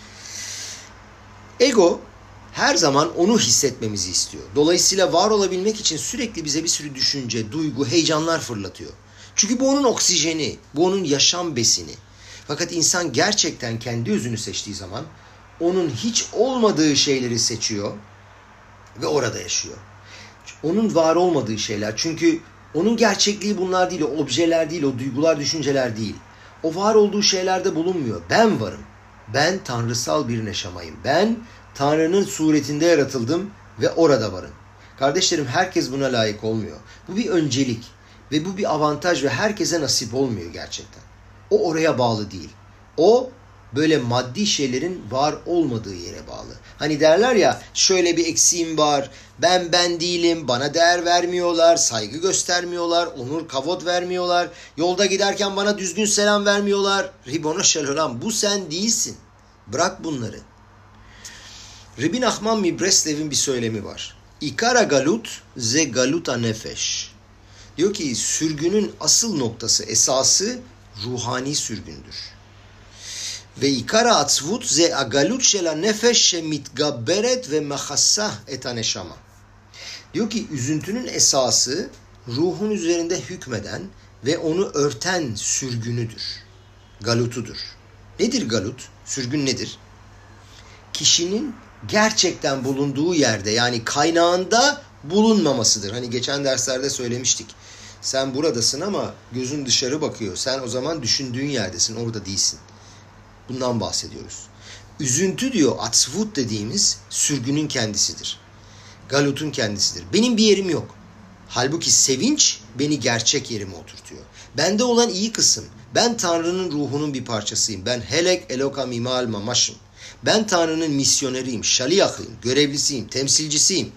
Ego her zaman onu hissetmemizi istiyor. Dolayısıyla var olabilmek için sürekli bize bir sürü düşünce, duygu, heyecanlar fırlatıyor. Çünkü bu onun oksijeni, bu onun yaşam besini. Fakat insan gerçekten kendi özünü seçtiği zaman onun hiç olmadığı şeyleri seçiyor ve orada yaşıyor. Onun var olmadığı şeyler. Çünkü onun gerçekliği bunlar değil, o objeler değil, o duygular, düşünceler değil. O var olduğu şeylerde bulunmuyor. Ben varım. Ben tanrısal bir neşamayım. Ben Tanrı'nın suretinde yaratıldım ve orada varım. Kardeşlerim, herkes buna layık olmuyor. Bu bir öncelik ve bu bir avantaj ve herkese nasip olmuyor gerçekten. O oraya bağlı değil. O böyle maddi şeylerin var olmadığı yere bağlı. Hani derler ya, şöyle bir eksiğim var, ben ben değilim, bana değer vermiyorlar, saygı göstermiyorlar, onur kavod vermiyorlar, yolda giderken bana düzgün selam vermiyorlar. Ribono shel olam, bu sen değilsin. Bırak bunları. Rabbi Nachman Mibreslev'in bir söylemi var. İkara galut ze galuta nefesh. Diyor ki sürgünün asıl noktası, esası ruhani sürgündür. Ve ikara atzvut ze agalut shela nefesh shemitgabberet ve mehassah et haneşama. Diyor ki üzüntünün esası ruhun üzerinde hükmeden ve onu örten sürgünüdür. Galutudur. Nedir galut? Sürgün nedir? Kişinin gerçekten bulunduğu yerde, yani kaynağında bulunmamasıdır. Hani geçen derslerde söylemiştik. Sen buradasın ama gözün dışarı bakıyor. Sen o zaman düşündüğün yerdesin, orada değilsin. Bundan bahsediyoruz. Üzüntü diyor, atzvut dediğimiz sürgünün kendisidir. Galut'un kendisidir. Benim bir yerim yok. Halbuki sevinç beni gerçek yerime oturtuyor. Bende olan iyi kısım. Ben Tanrı'nın ruhunun bir parçasıyım. Ben helek elokam imal mamaşım. Ben Tanrı'nın misyoneriyim, şaliyahıyım, görevlisiyim, temsilcisiyim.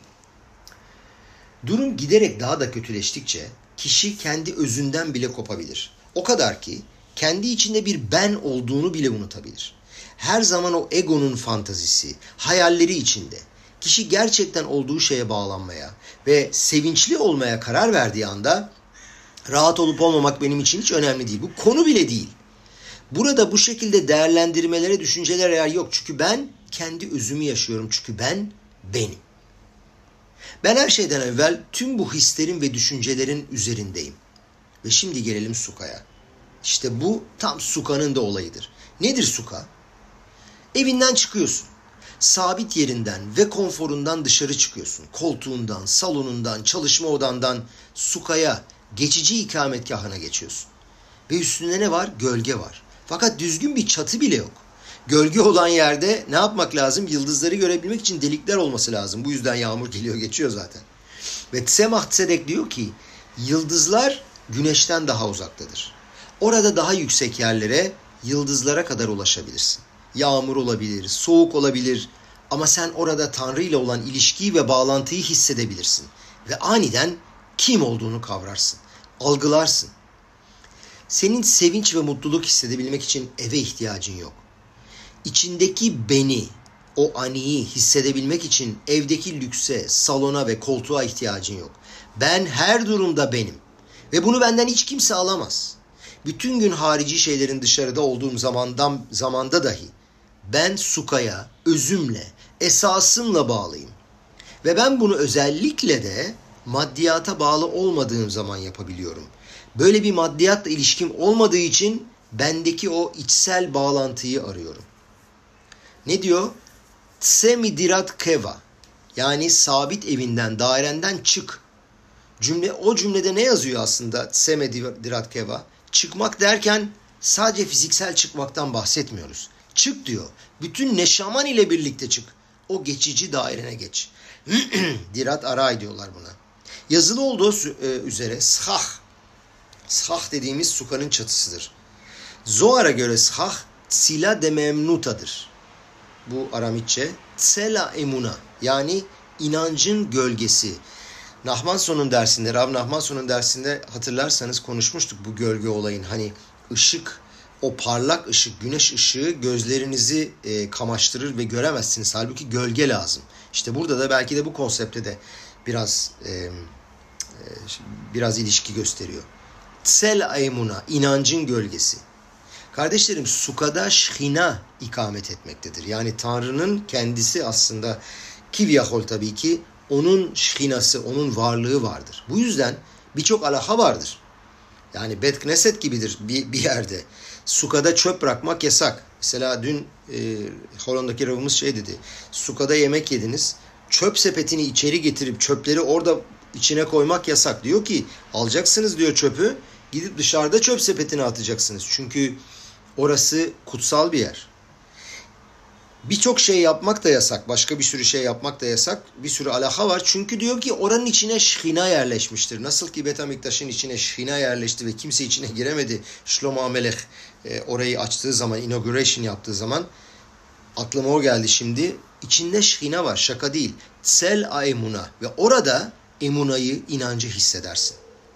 Durum giderek daha da kötüleştikçe kişi kendi özünden bile kopabilir. O kadar ki kendi içinde bir ben olduğunu bile unutabilir. Her zaman o egonun fantazisi, hayalleri içinde. Kişi gerçekten olduğu şeye bağlanmaya ve sevinçli olmaya karar verdiği anda rahat olup olmamak benim için hiç önemli değil. Bu konu bile değil. Burada bu şekilde değerlendirmelere, düşüncelere yer yok. Çünkü ben kendi özümü yaşıyorum. Çünkü ben benim. Ben her şeyden evvel tüm bu hislerin ve düşüncelerin üzerindeyim. Ve şimdi gelelim sukaya. İşte bu tam sukanın da olayıdır. Nedir suka? Evinden çıkıyorsun. Sabit yerinden ve konforundan dışarı çıkıyorsun. Koltuğundan, salonundan, çalışma odandan sukaya, geçici ikametgahına geçiyorsun. Ve üstünde ne var? Gölge var. Fakat düzgün bir çatı bile yok. Gölge olan yerde ne yapmak lazım? Yıldızları görebilmek için delikler olması lazım. Bu yüzden yağmur geliyor geçiyor zaten. Ve Tzemach Tzedek diyor ki yıldızlar güneşten daha uzaktadır. Orada daha yüksek yerlere, yıldızlara kadar ulaşabilirsin. Yağmur olabilir, soğuk olabilir ama sen orada Tanrı ile olan ilişkiyi ve bağlantıyı hissedebilirsin. Ve aniden kim olduğunu kavrarsın, algılarsın. Senin sevinç ve mutluluk hissedebilmek için eve ihtiyacın yok. İçindeki beni, o aniyi hissedebilmek için evdeki lükse, salona ve koltuğa ihtiyacın yok. Ben her durumda benim. Ve bunu benden hiç kimse alamaz. Bütün gün harici şeylerin dışarıda olduğum zamandan, zamanda dahi ben sukaya, özümle, esasımla bağlıyım. Ve ben bunu özellikle de maddiyata bağlı olmadığım zaman yapabiliyorum. Böyle bir maddiyatla ilişkim olmadığı için bendeki o içsel bağlantıyı arıyorum. Ne diyor? Tse midirat keva. Yani sabit evinden, dairenden çık. Cümle, o cümlede ne yazıyor aslında? Tse midirat keva. Çıkmak derken sadece fiziksel çıkmaktan bahsetmiyoruz. Çık diyor. Bütün neşaman ile birlikte çık. O geçici dairene geç. Dirat aray diyorlar buna. Yazılı olduğu üzere shah. Shah dediğimiz sukanın çatısıdır. Zohar'a göre shah tsila dememnutadır. Bu Aramitçe. Tsela emuna. Yani inancın gölgesi. Nahmanson'un dersinde, Rav Nahmanson'un dersinde hatırlarsanız konuşmuştuk bu gölge olayın. Hani ışık, o parlak ışık, güneş ışığı gözlerinizi e, kamaştırır ve göremezsiniz. Halbuki gölge lazım. İşte burada da belki de bu konsepte de biraz e, e, biraz ilişki gösteriyor. Tsel aymuna, inancın gölgesi. Kardeşlerim, sukada şhina ikamet etmektedir. Yani Tanrı'nın kendisi aslında kivyahol tabii ki onun şhinası, onun varlığı vardır. Bu yüzden birçok alaha vardır. Yani Bet Knesset gibidir bir, bir yerde. Sukada çöp bırakmak yasak. Mesela dün e, Hollanda'daki Ravımız şey dedi. Sukada yemek yediniz. Çöp sepetini içeri getirip çöpleri orada içine koymak yasak. Diyor ki alacaksınız diyor çöpü. Gidip dışarıda çöp sepetine atacaksınız. Çünkü orası kutsal bir yer. Birçok şey yapmak da yasak. Başka bir sürü şey yapmak da yasak. Bir sürü alaha var. Çünkü diyor ki oranın içine şhina yerleşmiştir. Nasıl ki Bet Amiktaş'ın içine şhina yerleşti ve kimse içine giremedi. Shlomo Amelech e, orayı açtığı zaman, inauguration yaptığı zaman aklıma o geldi şimdi. İçinde şhina var. Şaka değil. Tsel a emuna. Ve orada emunayı, inancı hissedersin.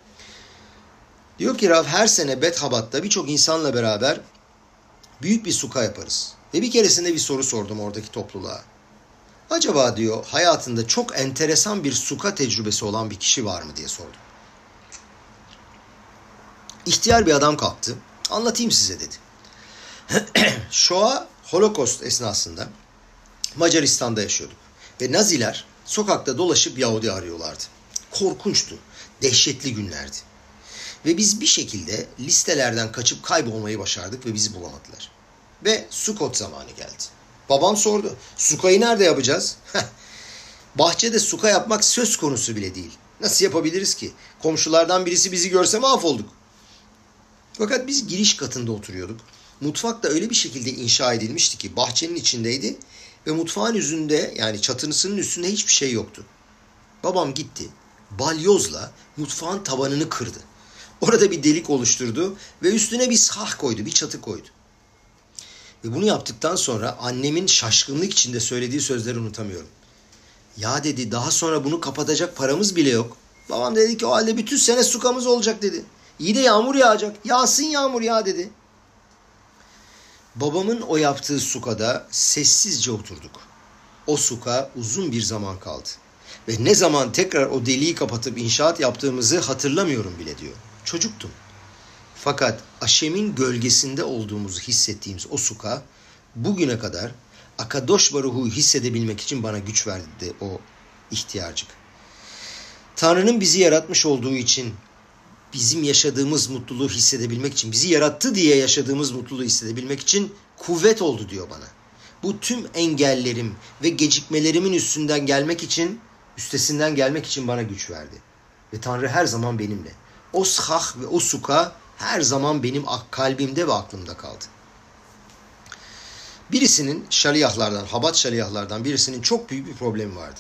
Diyor ki Rav, her sene Bet Habat'ta birçok insanla beraber büyük bir suka yaparız. Ve bir keresinde bir soru sordum oradaki topluluğa. Acaba diyor hayatında çok enteresan bir suka tecrübesi olan bir kişi var mı diye sordum. İhtiyar bir adam kalktı. Anlatayım size dedi. Shoah, Holocaust esnasında Macaristan'da yaşıyorduk. Ve Naziler sokakta dolaşıp Yahudi arıyorlardı. Korkunçtu. Dehşetli günlerdi. Ve biz bir şekilde listelerden kaçıp kaybolmayı başardık ve bizi bulamadılar. Ve Sukot zamanı geldi. Babam sordu. Sukayı nerede yapacağız? Bahçede suka yapmak söz konusu bile değil. Nasıl yapabiliriz ki? Komşulardan birisi bizi görse mahvolduk. Fakat biz giriş katında oturuyorduk. Mutfak da öyle bir şekilde inşa edilmişti ki bahçenin içindeydi ve mutfağın yüzünde, yani çatısının üstünde hiçbir şey yoktu. Babam gitti. Balyozla mutfağın tavanını kırdı. Orada bir delik oluşturdu ve üstüne bir sah koydu, bir çatı koydu. Ve bunu yaptıktan sonra annemin şaşkınlık içinde söylediği sözleri unutamıyorum. Ya dedi, daha sonra bunu kapatacak paramız bile yok. Babam dedi ki o halde bütün sene sukamız olacak dedi. İyi de yağmur yağacak. Yağsın yağmur ya dedi. Babamın o yaptığı sukada sessizce oturduk. O suka uzun bir zaman kaldı. Ve ne zaman tekrar o deliği kapatıp inşaat yaptığımızı hatırlamıyorum bile diyor. Çocuktum. Fakat Aşem'in gölgesinde olduğumuzu hissettiğimiz o suka bugüne kadar Akadosh Baruhu'yu hissedebilmek için bana güç verdi o ihtiyarcık. Tanrı'nın bizi yaratmış olduğu için, bizim yaşadığımız mutluluğu hissedebilmek için, bizi yarattı diye yaşadığımız mutluluğu hissedebilmek için kuvvet oldu diyor bana. Bu tüm engellerim ve gecikmelerimin üstünden gelmek için, üstesinden gelmek için bana güç verdi. Ve Tanrı her zaman benimle. O shah ve o suka her zaman benim kalbimde ve aklımda kaldı. Birisinin şaliyahlardan, Habat şaliyahlardan birisinin çok büyük bir problemi vardı.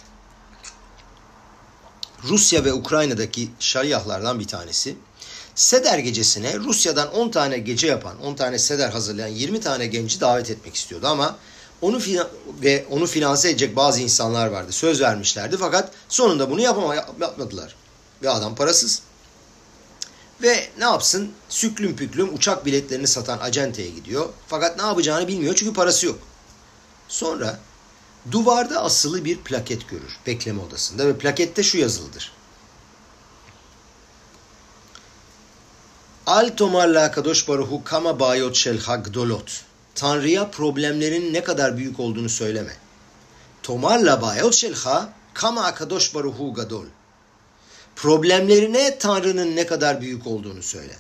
Rusya ve Ukrayna'daki şaliyahlardan bir tanesi, Seder gecesine Rusya'dan on tane gece yapan, on tane seder hazırlayan yirmi tane genci davet etmek istiyordu ama onu ve onu finanse edecek bazı insanlar vardı. Söz vermişlerdi fakat sonunda bunu yapama, yapmadılar. Ve adam parasız. Ve ne yapsın? Süklüm püklüm uçak biletlerini satan acenteye gidiyor. Fakat ne yapacağını bilmiyor çünkü parası yok. Sonra duvarda asılı bir plaket görür bekleme odasında ve plakette şu yazılıdır. Al tomar la kadosh baruhu kama bayot shelha gdolot. Tanrı'ya problemlerin ne kadar büyük olduğunu söyleme. Tomar la bayot shelha kama akadosh baruhu gadol. Problemlerine Tanrı'nın ne kadar büyük olduğunu söyle.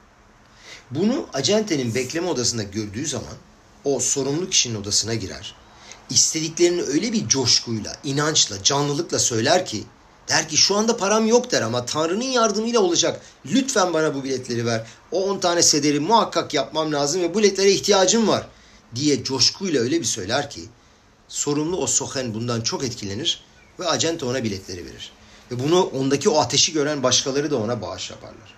Bunu acentenin bekleme odasında gördüğü zaman o sorumlu kişinin odasına girer. İstediklerini öyle bir coşkuyla, inançla, canlılıkla söyler ki der ki şu anda param yok der ama Tanrı'nın yardımıyla olacak. Lütfen bana bu biletleri ver. O on tane sederi muhakkak yapmam lazım ve bu biletlere ihtiyacım var diye coşkuyla öyle bir söyler ki sorumlu o sohen bundan çok etkilenir ve acente ona biletleri verir. Ve bunu ondaki o ateşi gören başkaları da ona bağış yaparlar.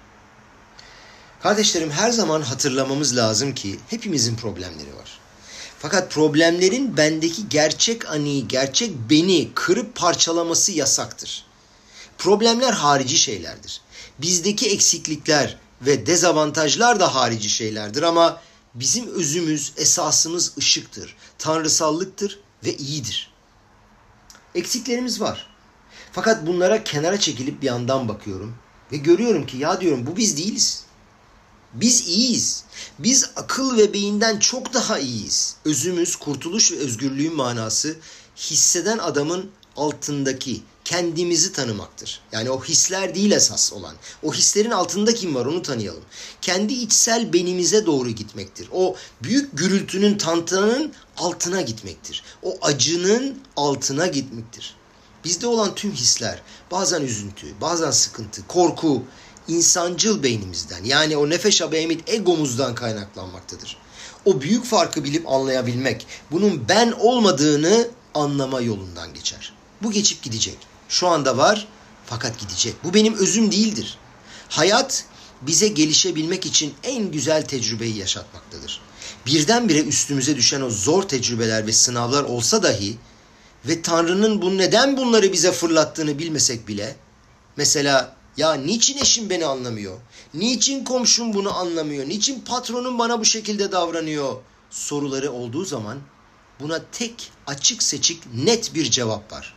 Kardeşlerim her zaman hatırlamamız lazım ki hepimizin problemleri var. Fakat problemlerin bendeki gerçek aniyi, gerçek beni kırıp parçalaması yasaktır. Problemler harici şeylerdir. Bizdeki eksiklikler ve dezavantajlar da harici şeylerdir ama bizim özümüz, esasımız ışıktır, tanrısallıktır ve iyidir. Eksiklerimiz var. Fakat bunlara kenara çekilip bir yandan bakıyorum ve görüyorum ki ya diyorum bu biz değiliz. Biz iyiyiz. Biz akıl ve beyinden çok daha iyiyiz. Özümüz, kurtuluş ve özgürlüğün manası hisseden adamın altındaki kendimizi tanımaktır. Yani o hisler değil esas olan. O hislerin altında kim var onu tanıyalım. Kendi içsel benimize doğru gitmektir. O büyük gürültünün, tantananın altına gitmektir. O acının altına gitmektir. Bizde olan tüm hisler, bazen üzüntü, bazen sıkıntı, korku, insancıl beynimizden yani o nefeş abeyemit egomuzdan kaynaklanmaktadır. O büyük farkı bilip anlayabilmek, bunun ben olmadığını anlama yolundan geçer. Bu geçip gidecek. Şu anda var fakat gidecek. Bu benim özüm değildir. Hayat bize gelişebilmek için en güzel tecrübeyi yaşatmaktadır. Birdenbire üstümüze düşen o zor tecrübeler ve sınavlar olsa dahi ve Tanrı'nın bu neden bunları bize fırlattığını bilmesek bile, mesela ya niçin eşim beni anlamıyor? Niçin komşum bunu anlamıyor? Niçin patronum bana bu şekilde davranıyor? Soruları olduğu zaman buna tek, açık seçik, net bir cevap var.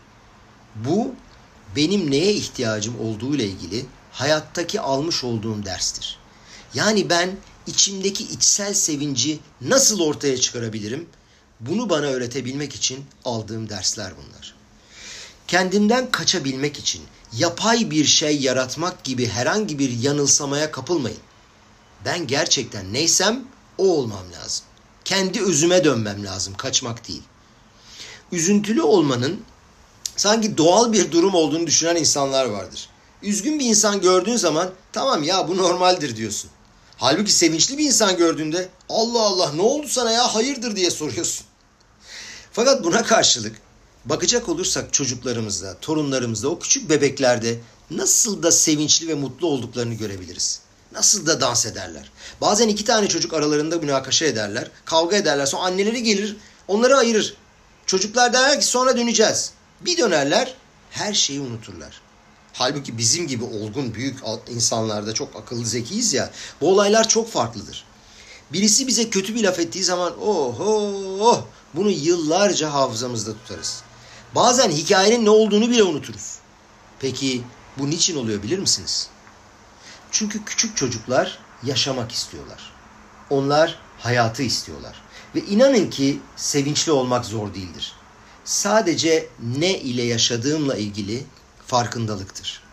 Bu benim neye ihtiyacım olduğu ile ilgili hayattaki almış olduğum derstir. Yani ben içimdeki içsel sevinci nasıl ortaya çıkarabilirim? Bunu bana öğretebilmek için aldığım dersler bunlar. Kendimden kaçabilmek için yapay bir şey yaratmak gibi herhangi bir yanılsamaya kapılmayın. Ben gerçekten neysem o olmam lazım. Kendi özüme dönmem lazım, kaçmak değil. Üzüntülü olmanın sanki doğal bir durum olduğunu düşünen insanlar vardır. Üzgün bir insan gördüğün zaman tamam ya bu normaldir diyorsun. Halbuki sevinçli bir insan gördüğünde Allah Allah ne oldu sana ya hayırdır diye soruyorsun. Fakat buna karşılık bakacak olursak çocuklarımızda, torunlarımızda, o küçük bebeklerde nasıl da sevinçli ve mutlu olduklarını görebiliriz. Nasıl da dans ederler. Bazen iki tane çocuk aralarında münakaşa ederler, kavga ederler. Sonra anneleri gelir, onları ayırır. Çocuklar derler ki sonra döneceğiz. Bir dönerler, her şeyi unuturlar. Halbuki bizim gibi olgun, büyük insanlarda çok akıllı, zekiyiz ya, bu olaylar çok farklıdır. Birisi bize kötü bir laf ettiği zaman oho, bunu yıllarca hafızamızda tutarız. Bazen hikayenin ne olduğunu bile unuturuz. Peki bu niçin oluyor bilir misiniz? Çünkü küçük çocuklar yaşamak istiyorlar. Onlar hayatı istiyorlar. Ve inanın ki sevinçli olmak zor değildir. Sadece ne ile yaşadığımla ilgili farkındalıktır.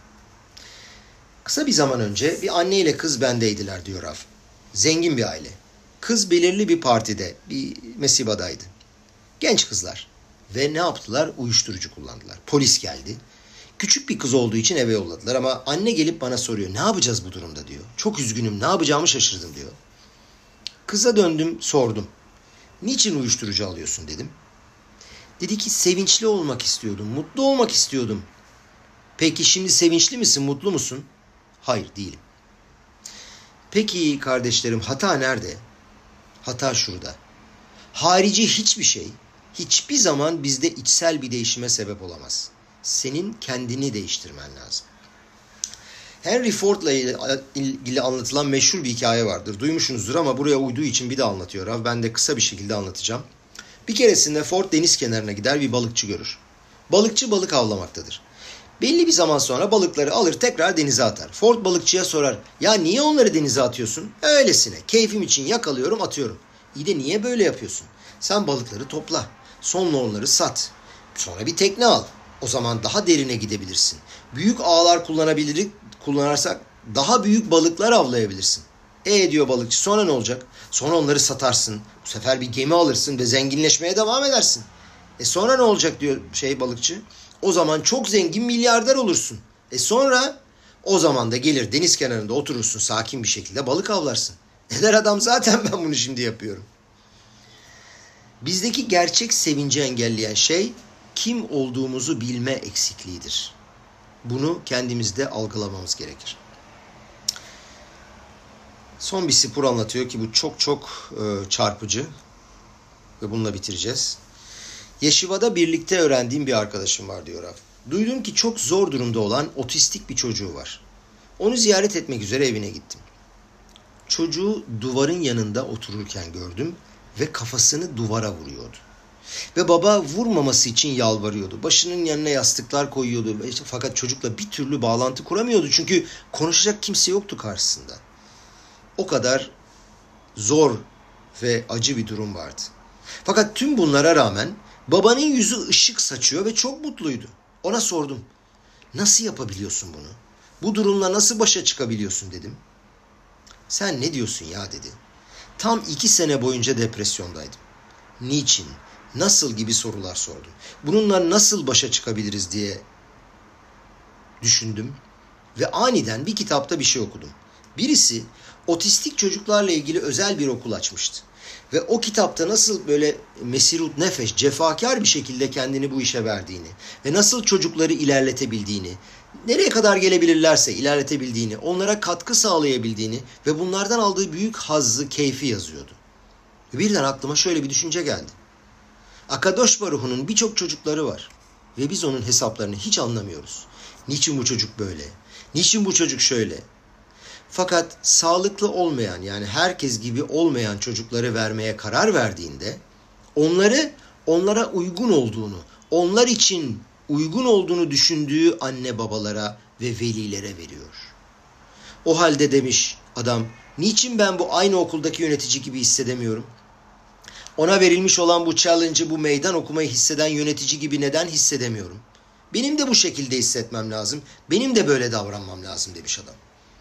Kısa bir zaman önce bir anne ile kız bendeydiler diyor Rav. Zengin bir aile. Kız belirli bir partide, bir mesibadaydı. Genç kızlar. Ve ne yaptılar? Uyuşturucu kullandılar. Polis geldi. Küçük bir kız olduğu için eve yolladılar ama anne gelip bana soruyor. Ne yapacağız bu durumda diyor. Çok üzgünüm, ne yapacağımı şaşırdım diyor. Kıza döndüm, sordum. Niçin uyuşturucu alıyorsun dedim. Dedi ki sevinçli olmak istiyordum, mutlu olmak istiyordum. Peki şimdi sevinçli misin, mutlu musun? Hayır, değilim. Peki kardeşlerim, hata nerede? Hata şurada. Harici hiçbir şey, hiçbir zaman bizde içsel bir değişime sebep olamaz. Senin kendini değiştirmen lazım. Henry Ford'la ilgili anlatılan meşhur bir hikaye vardır. Duymuşsunuzdur ama buraya uyduğu için bir de anlatıyor Rav. Ben de kısa bir şekilde anlatacağım. Bir keresinde Ford deniz kenarına gider, bir balıkçı görür. Balıkçı balık avlamaktadır. Belli bir zaman sonra balıkları alır tekrar denize atar. Ford balıkçıya sorar. Ya niye onları denize atıyorsun? Öylesine. Keyfim için yakalıyorum, atıyorum. İyi de niye böyle yapıyorsun? Sen balıkları topla. Sonra onları sat. Sonra bir tekne al. O zaman daha derine gidebilirsin. Büyük ağlar kullanabilir, kullanırsak daha büyük balıklar avlayabilirsin. E diyor balıkçı, sonra ne olacak? Sonra onları satarsın. Bu sefer bir gemi alırsın ve zenginleşmeye devam edersin. E sonra ne olacak diyor şey balıkçı. O zaman çok zengin, milyarder olursun. E sonra o zaman da gelir deniz kenarında oturursun, sakin bir şekilde balık avlarsın. Eder adam, zaten ben bunu şimdi yapıyorum. Bizdeki gerçek sevinci engelleyen şey kim olduğumuzu bilme eksikliğidir. Bunu kendimizde algılamamız gerekir. Son bir spor anlatıyor ki bu çok çok e, çarpıcı ve bununla bitireceğiz. Yeşiva'da birlikte öğrendiğim bir arkadaşım var diyor Rav. Duydum ki çok zor durumda olan otistik bir çocuğu var. Onu ziyaret etmek üzere evine gittim. Çocuğu duvarın yanında otururken gördüm ve kafasını duvara vuruyordu. Ve baba vurmaması için yalvarıyordu. Başının yanına yastıklar koyuyordu. Fakat çocukla bir türlü bağlantı kuramıyordu. Çünkü konuşacak kimse yoktu karşısında. O kadar zor ve acı bir durum vardı. Fakat tüm bunlara rağmen babanın yüzü ışık saçıyor ve çok mutluydu. Ona sordum. Nasıl yapabiliyorsun bunu? Bu durumla nasıl başa çıkabiliyorsun dedim. Sen ne diyorsun ya dedi. Tam iki sene boyunca depresyondaydım. Niçin? Nasıl gibi sorular sordum. Bununla nasıl başa çıkabiliriz diye düşündüm. Ve aniden bir kitapta bir şey okudum. Birisi otistik çocuklarla ilgili özel bir okul açmıştı. Ve o kitapta nasıl böyle mesirut nefes, cefakar bir şekilde kendini bu işe verdiğini ve nasıl çocukları ilerletebildiğini, nereye kadar gelebilirlerse ilerletebildiğini, onlara katkı sağlayabildiğini ve bunlardan aldığı büyük hazzı, keyfi yazıyordu. Ve birden aklıma şöyle bir düşünce geldi. Akadosh Baruhu'nun birçok çocukları var ve biz onun hesaplarını hiç anlamıyoruz. Niçin bu çocuk böyle? Niçin bu çocuk şöyle? Fakat sağlıklı olmayan, yani herkes gibi olmayan çocukları vermeye karar verdiğinde onları onlara uygun olduğunu, onlar için uygun olduğunu düşündüğü anne babalara ve velilere veriyor. O halde demiş adam, niçin ben bu aynı okuldaki yönetici gibi hissedemiyorum? Ona verilmiş olan bu challenge'ı, bu meydan okumayı hisseden yönetici gibi neden hissedemiyorum? Benim de bu şekilde hissetmem lazım. Benim de böyle davranmam lazım demiş adam.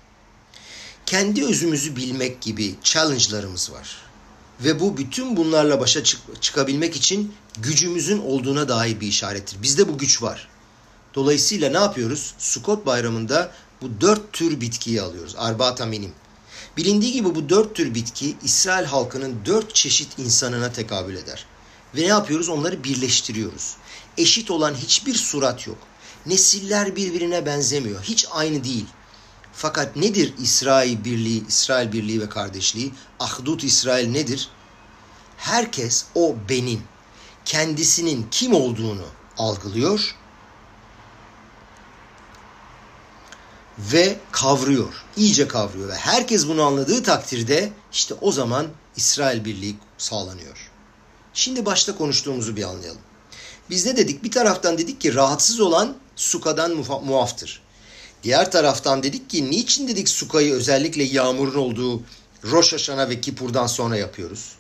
Kendi özümüzü bilmek gibi challenge'larımız var. Ve bu bütün bunlarla başa çık- çıkabilmek için gücümüzün olduğuna dair bir işarettir. Bizde bu güç var. Dolayısıyla ne yapıyoruz? Sukkot bayramında bu dört tür bitkiyi alıyoruz. Arbaat aminim. Bilindiği gibi bu dört tür bitki İsrail halkının dört çeşit insanına tekabül eder. Ve ne yapıyoruz? Onları birleştiriyoruz. Eşit olan hiçbir surat yok. Nesiller birbirine benzemiyor. Hiç aynı değil. Fakat nedir İsrail birliği, İsrail birliği ve kardeşliği? Ahdut İsrail nedir? Herkes o benim, kendisinin kim olduğunu algılıyor ve kavruyor, iyice kavruyor ve herkes bunu anladığı takdirde işte o zaman İsrail birliği sağlanıyor. Şimdi başta konuştuğumuzu bir anlayalım. Biz ne dedik? Bir taraftan dedik ki rahatsız olan sukadan muaftır. Diğer taraftan dedik ki niçin dedik sukayı özellikle yağmurun olduğu Rosh Hashanah ve Kipur'dan sonra yapıyoruz?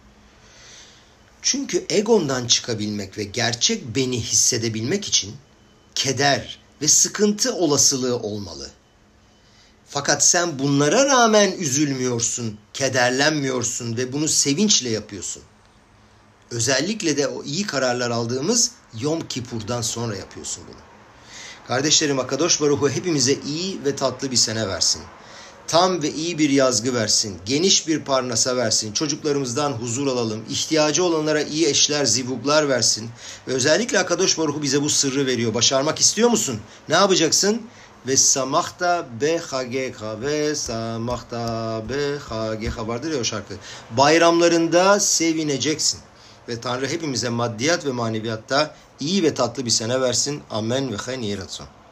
Çünkü egondan çıkabilmek ve gerçek beni hissedebilmek için keder ve sıkıntı olasılığı olmalı. Fakat sen bunlara rağmen üzülmüyorsun, kederlenmiyorsun ve bunu sevinçle yapıyorsun. Özellikle de o iyi kararlar aldığımız Yom Kipur'dan sonra yapıyorsun bunu. Kardeşlerim, Akadosh Baruhu hepimize iyi ve tatlı bir sene versin. Tam ve iyi bir yazgı versin. Geniş bir parnasa versin. Çocuklarımızdan huzur alalım. İhtiyacı olanlara iyi eşler, zivuglar versin. Ve özellikle Akadosh Baruhu bize bu sırrı veriyor. Başarmak istiyor musun? Ne yapacaksın? Ve samahta be hageha ve samahta be hageha vardır ya o şarkı. Bayramlarında sevineceksin. Ve Tanrı hepimize maddiyat ve maneviyatta iyi ve tatlı bir sene versin. Amen ve hen yeratzon.